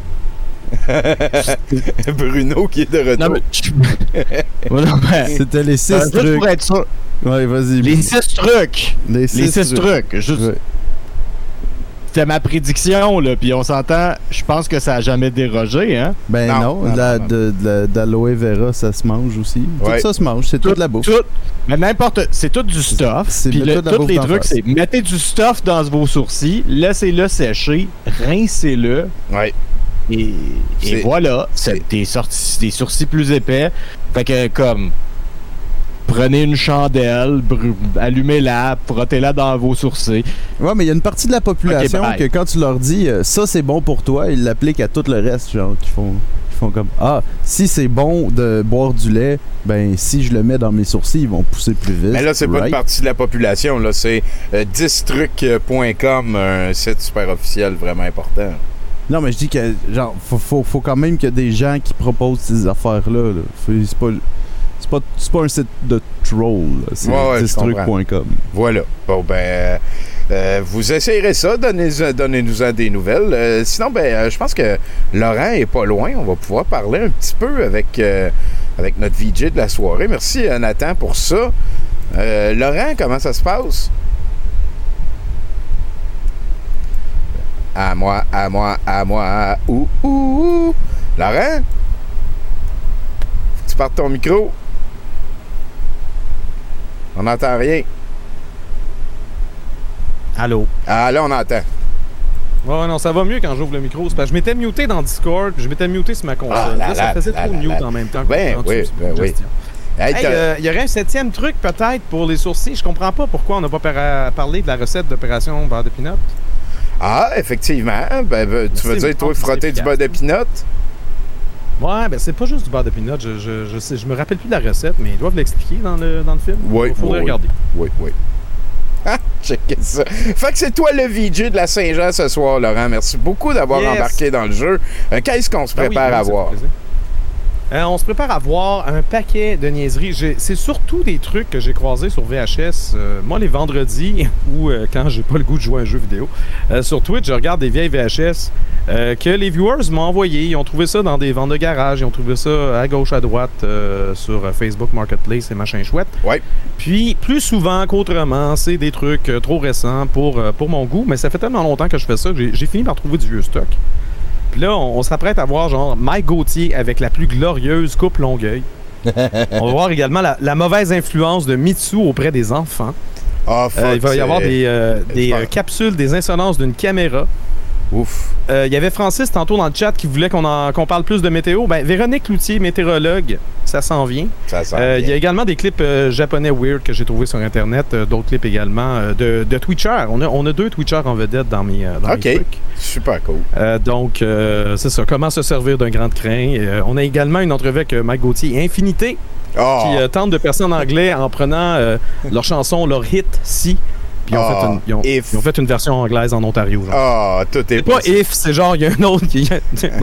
Bruno qui est de retour. C'était les 6 trucs. Juste pour être sûr. Ouais, vas-y. Les 6 trucs. Les 6 trucs. Juste. Ouais. C'était ma prédiction, là, puis on s'entend, je pense que ça a jamais dérogé, hein? Ben non, d'aloe vera, ça se mange aussi. Ouais. Tout ça se mange, c'est toute la bouffe. Mais c'est tout du stuff. Puis tous les trucs, c'est mettez du stuff dans vos sourcils, laissez-le sécher, rincez-le. Ouais. Et voilà, c'est des sourcils plus épais. Fait que, comme, prenez une chandelle, allumez-la, frottez-la dans vos sourcils. Ouais, mais il y a une partie de la population que quand tu leur dis ça c'est bon pour toi, ils l'appliquent à tout le reste, genre, qui font comme si c'est bon de boire du lait, ben si je le mets dans mes sourcils, ils vont pousser plus vite. Mais là, c'est pas une partie de la population, là, c'est 10trucs.com, un site super officiel vraiment important. Non, mais je dis que genre faut quand même qu'il y ait des gens qui proposent ces affaires-là. C'est pas un site de troll, là. C'est 10trucs.com. Voilà. Bon, ben, vous essayerez ça. Donnez-nous-en des nouvelles. Sinon, ben, je pense que Laurent est pas loin. On va pouvoir parler un petit peu avec notre VJ de la soirée. Merci, Nathan, pour ça. Laurent, comment ça se passe? À moi. Ouh. Laurent? Faut que tu partes ton micro. On n'entend rien. Allô? Ah, là, on entend. Ouais, non, ça va mieux quand j'ouvre le micro. C'est parce que je m'étais muté dans Discord, puis je m'étais muté sur ma console. Ça faisait trop mute en même temps. Ben oui. Il y aurait un 7e truc, peut-être, pour les sourcils. Je comprends pas pourquoi on n'a pas parlé de la recette d'opération beurre de pinot. Ah, effectivement. Ben, tu veux dire, toi, frotter du beurre de pinot? Ouais, ben c'est pas juste du beurre de pinot. Je me rappelle plus de la recette, mais ils doivent l'expliquer dans le film. Oui, il faudrait regarder. Oui. Ah, checkez ça. Fait que c'est toi le VJ de la Saint-Jean ce soir, Laurent. Merci beaucoup d'avoir embarqué dans le jeu. Qu'est-ce qu'on se prépare à voir? On se prépare à voir un paquet de niaiseries. C'est surtout des trucs que j'ai croisés sur VHS. Moi, les vendredis, ou quand j'ai pas le goût de jouer à un jeu vidéo, sur Twitch, je regarde des vieilles VHS que les viewers m'ont envoyé. Ils ont trouvé ça dans des ventes de garage. Ils ont trouvé ça à gauche, à droite, sur Facebook Marketplace et machin chouette. Ouais. Puis, plus souvent qu'autrement, c'est des trucs trop récents pour mon goût. Mais ça fait tellement longtemps que je fais ça que j'ai fini par trouver du vieux stock. Puis là, on s'apprête à voir genre Mike Gauthier avec la plus glorieuse coupe Longueuil. On va voir également la mauvaise influence de Mitsu auprès des enfants. Il va y avoir des capsules des insolences d'une caméra. Ouf. Il y avait Francis tantôt dans le chat qui voulait qu'on parle plus de météo. Ben, Véronique Loutier, météorologue, ça s'en vient. Il y a également des clips japonais weird que j'ai trouvés sur Internet. D'autres clips également de Twitchers. On a 2 Twitchers en vedette dans mes trucs. Super cool. Donc, c'est ça. Comment se servir d'un grand crin. On a également une entrevue avec Mike Gauthier, Infinité, qui tente de percer en anglais en prenant leur chanson, leur hit, Si, Puis ils ont fait une version anglaise en Ontario. Tout est pas If, c'est genre, il y a un autre titre.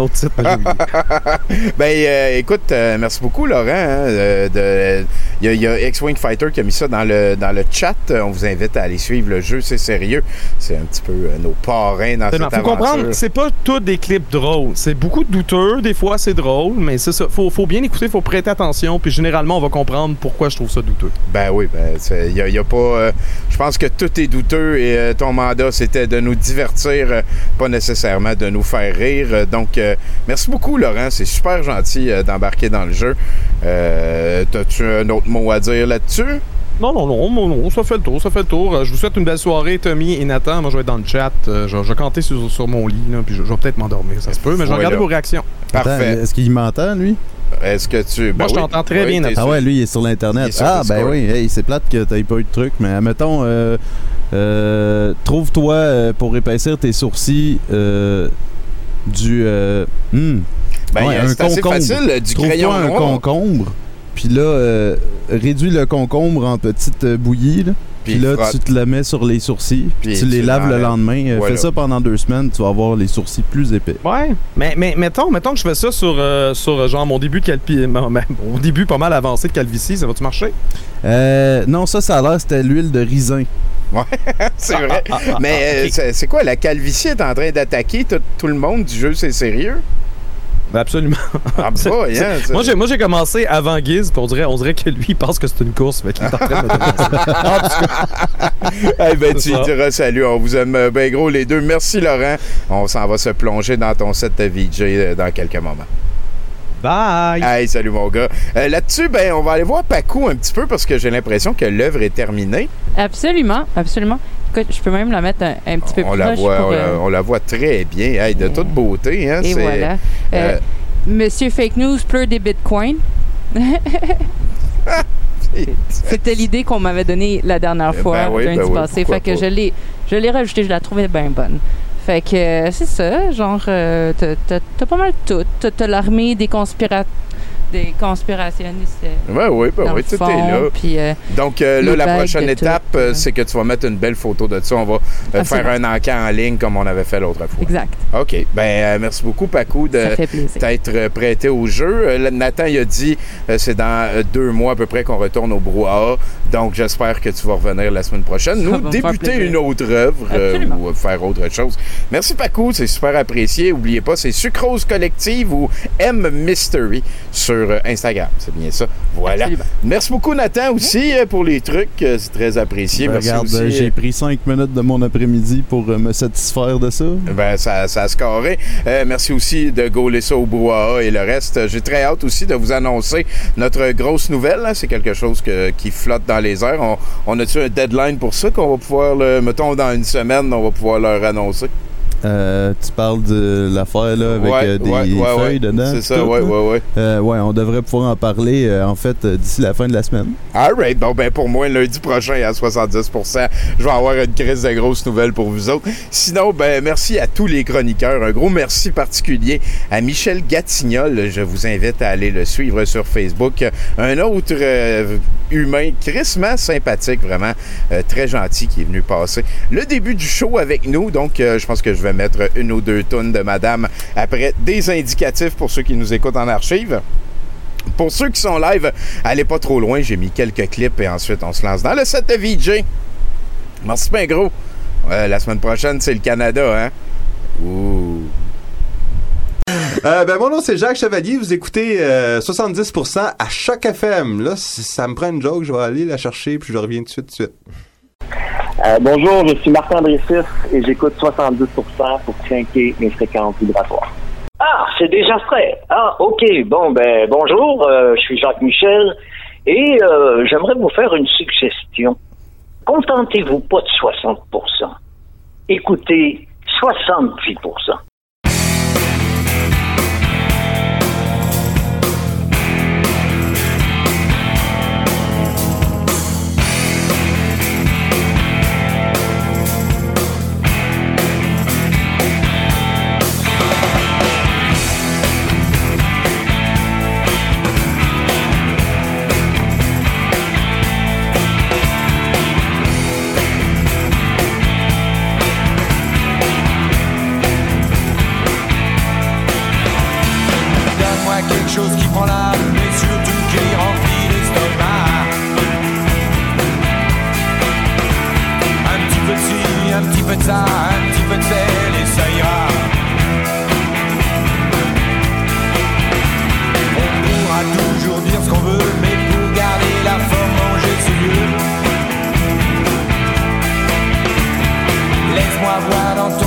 Écoute, merci beaucoup, Laurent. Il y a X-Wing Fighter qui a mis ça dans le chat. On vous invite à aller suivre le jeu, c'est sérieux. C'est un petit peu nos parrains dans cette aventure. Faut comprendre, c'est pas tous des clips drôles. C'est beaucoup de douteux, des fois c'est drôle, mais c'est ça. Faut bien écouter, faut prêter attention, puis généralement on va comprendre pourquoi je trouve ça douteux. Ben oui, y a pas... je pense que tout est douteux et ton mandat, c'était de nous divertir, pas nécessairement de nous faire rire. Donc, merci beaucoup, Laurent. C'est super gentil d'embarquer dans le jeu. T'as-tu un autre mot à dire là-dessus? Non, ça fait le tour. Je vous souhaite une belle soirée, Tommy et Nathan. Moi, je vais être dans le chat. Je vais canter sur mon lit, là, puis je vais peut-être m'endormir. Ça se peut, mais je vais regarder vos réactions. Parfait. Attends, est-ce qu'il m'entend, lui? Est-ce que tu... Moi, je t'entends très bien, Nathan. Ah ouais, lui, il est sur l'Internet. Oui. Hey, c'est plate que t'aies pas eu de truc, mais admettons, trouve-toi, pour épaissir tes sourcils, c'est assez facile, du crayon noir. Trouve-toi un concombre, puis là, réduis le concombre en petites bouillies, là. Puis là, tu te le mets sur les sourcils, puis tu les laves le lendemain. Fais ça pendant 2 semaines, tu vas avoir les sourcils plus épais. Ouais, mais mettons que je fais ça sur genre mon début mon début pas mal avancé de calvitie, ça va-tu marcher? Non, ça a l'air, c'était l'huile de raisin. Ouais, c'est vrai. Mais okay. C'est quoi, la calvitie est en train d'attaquer tout le monde du jeu, c'est sérieux? Ben absolument. Moi, j'ai commencé avant Giz, puis on dirait que lui, il pense que c'est une course, mais qu'il est en train de tu lui diras salut, on vous aime bien gros les deux. Merci, Laurent. On s'en va se plonger dans ton set de VJ dans quelques moments. Bye! Hey, salut mon gars. Là-dessus, on va aller voir Pacou un petit peu parce que j'ai l'impression que l'œuvre est terminée. Absolument. Écoute, je peux même la mettre un petit peu plus proche. On la voit très bien. Hey, de toute beauté. Hein, et voilà. Monsieur Fake News pleure des bitcoins. C'était l'idée qu'on m'avait donnée la dernière fois, lundi passé. Fait que je l'ai rajoutée, je la trouvais bien bonne. Fait que c'est ça, genre, t'as pas mal tout. T'as l'armée des conspirationnistes. Oui, tout est là. Puis, donc là, la prochaine étape, c'est que tu vas mettre une belle photo de ça. On va faire un encan en ligne comme on avait fait l'autre fois. Exact. OK. Merci beaucoup, Pacou, de t'être prêté au jeu. Nathan, il a dit c'est dans 2 mois à peu près qu'on retourne au brouhaha. Donc, j'espère que tu vas revenir la semaine prochaine. Nous débuter une autre œuvre ou faire autre chose. Merci, Pacou. C'est super apprécié. N'oubliez pas, c'est Sucrose Collective ou M Mystery sur Instagram. C'est bien ça. Voilà. Absolument. Merci beaucoup, Nathan, aussi, pour les trucs. C'est très apprécié. Merci regarde, aussi. J'ai pris 5 minutes de mon après-midi pour me satisfaire de ça. Ça a scoré. Merci aussi de gauler ça au brouhaha et le reste. J'ai très hâte aussi de vous annoncer notre grosse nouvelle. Hein. C'est quelque chose qui flotte dans les airs. On a-tu un deadline pour ça qu'on va pouvoir, mettons, dans une semaine, on va pouvoir leur annoncer? Tu parles de l'affaire là avec des feuilles dedans. C'est ça, ouais. On devrait pouvoir en parler en fait d'ici la fin de la semaine. All right. Bon, pour moi, lundi prochain à 70%, je vais avoir une crise de grosses nouvelles pour vous autres. Sinon, merci à tous les chroniqueurs. Un gros merci particulier à Michel Gatignol. Je vous invite à aller le suivre sur Facebook. Un autre humain crissement sympathique, vraiment très gentil qui est venu passer le début du show avec nous. Donc, je pense que je vais mettre 1 ou 2 tonnes de madame après des indicatifs pour ceux qui nous écoutent en archive. Pour ceux qui sont live, allez pas trop loin, j'ai mis quelques clips et ensuite on se lance dans le set de VJ. Merci bien gros. La semaine prochaine, c'est le Canada, hein? Ouh. Mon nom c'est Jacques Chevalier, vous écoutez 70% à Choc FM. Là, ça me prend une joke, je vais aller la chercher puis je reviens tout de suite. Bonjour, je suis Martin Bressif et j'écoute 70% pour craquer mes fréquences vibratoires. Ah, c'est déjà frais. Ah, ok. Bon, bonjour, je suis Jacques Michel et j'aimerais vous faire une suggestion. Contentez-vous pas de 60%. Écoutez 68%.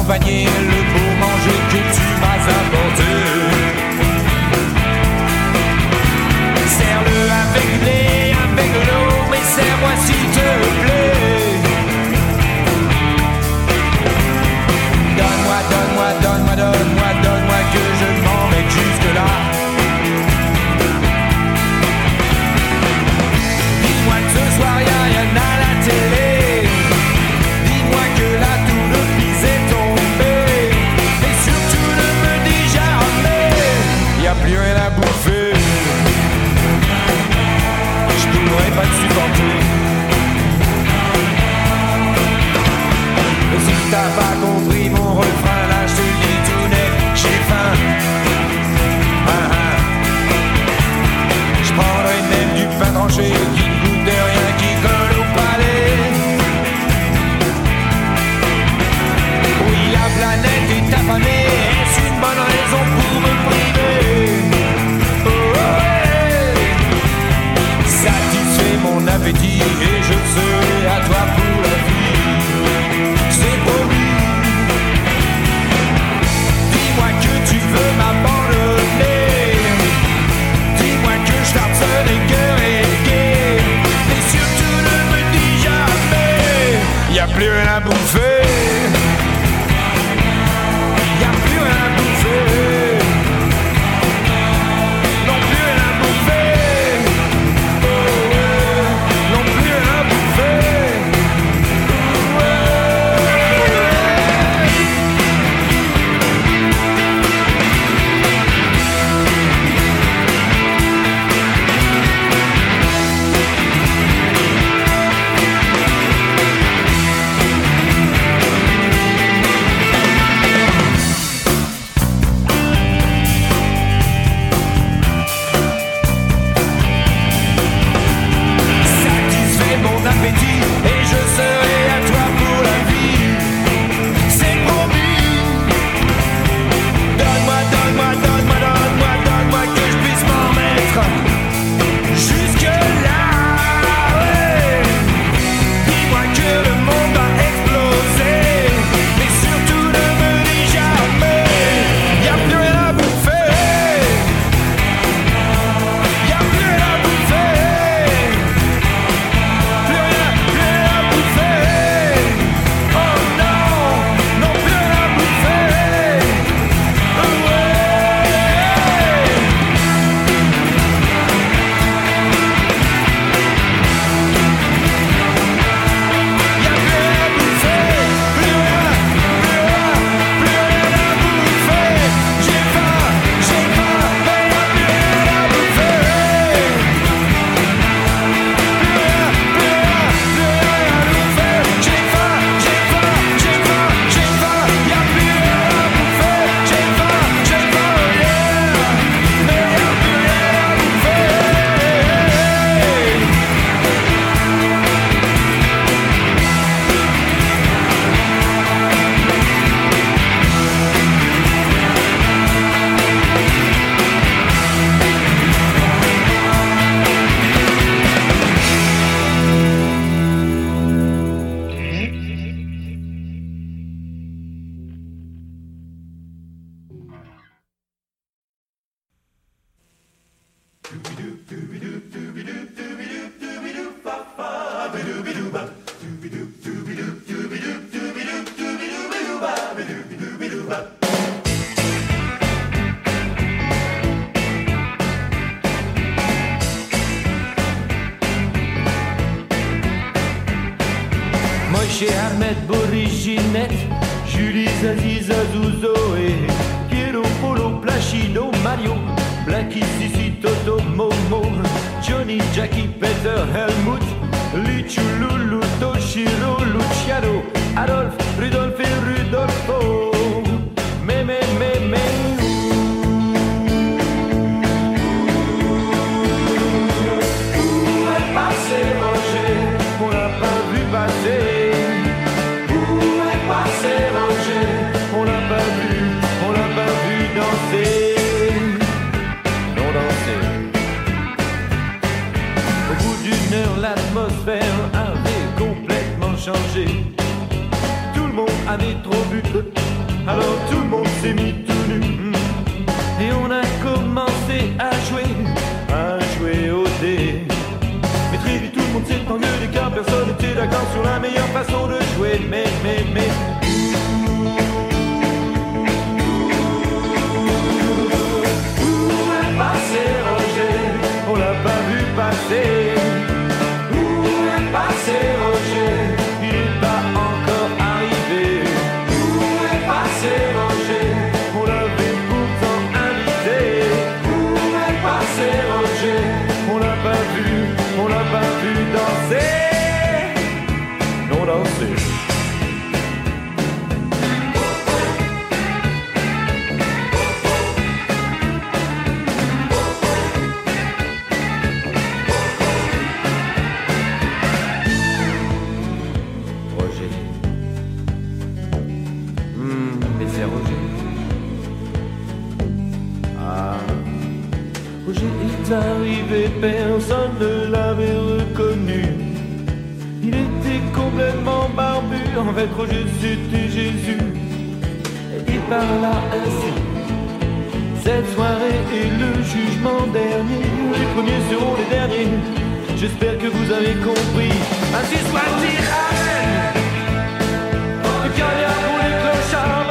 accompagner le beau manger que tu m'as apporté. Serre-le avec l'eau, mais serre-moi s'il te plaît. Donne-moi que je m'en mette jusque-là. Dis-moi que ce soir y'a rien à la télé. Dis-moi que la tour est tombée. Et surtout ne me dis jamais y'a plus rien à bouffer. Je pourrais pas te supporter. Si t'as pas compris mon refrain, là je te dis tout net, j'ai faim. Je prendrai même du pain tranché qui ne goûte de rien, qui colle au palais. Oui, la planète est affamée, est-ce une bonne raison pour me priver? Oh, ouais. Satisfais mon appétit et je serai à toi pour la vie. C'est promis. Dis-moi que tu veux m'abandonner. Dis-moi que je tape seul et cœur et gai. Et surtout ne me dis jamais y'a plus rien à bouffer. Y'a plus rien à bouffer. Non plus rien à bouffer. Oh ouais. Non plus rien à bouffer. Et je serai à toi pour la vie. C'est promis. Donne-moi que je puisse m'en mettre jusque-là, ouais. Dis-moi que le monde va exploser. Mais surtout ne me dis jamais y'a plus rien à bouffer. Y'a plus rien à bouffer. Moïse Ahmed, Boris Ginette, Julie Aziza Zouzo et Piero Polo, Placido, Mario, Blackie, Sissi, Toto, Momo, Johnny, Jackie, Peter, Helmut, Lichu, Lulu, Toshiro, Luciano, Adolphe, Rudolf et Rudolfo. Mais. Où est passé Roger? On l'a pas vu passer. Où est passé Roger? On l'a pas vu danser. Non danser. Au bout d'une heure, l'atmosphère avait complètement changé. Tout le monde avait trop bu. Alors tout le monde s'est mis tout nu. Et on a commencé à jouer au dé. Mais très vite tout le monde s'est engueulé car personne n'était d'accord sur la meilleure façon de jouer. Mais où est passé Roger? On l'a pas vu passer. Où est passé Roger? Il est pas encore arrivé. Où est passé Roger? On l'avait pourtant invité. Où est passé Roger? On l'a pas vu danser. Non danser. Arrivé, personne ne l'avait reconnu. Il était complètement barbu. En fait, Roger, c'était Jésus. Et il parla ainsi. Cette soirée est le jugement dernier. Les premiers seront les derniers. J'espère que vous avez compris. Ainsi soit-il, amen. Le caviar pour les clochards.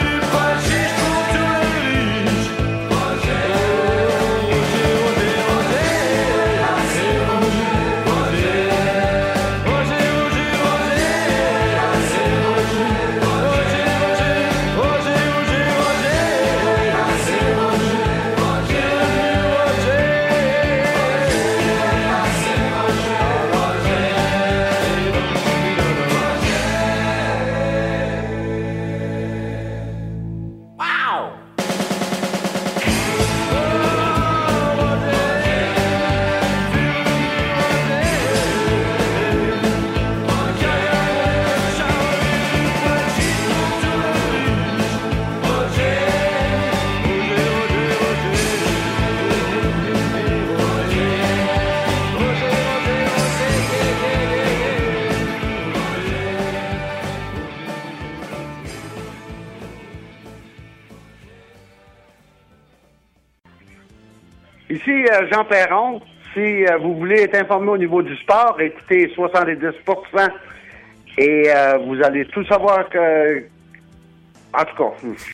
Ici Jean Perron. Si vous voulez être informé au niveau du sport, écoutez 70%. Et vous allez tout savoir que... En tout cas...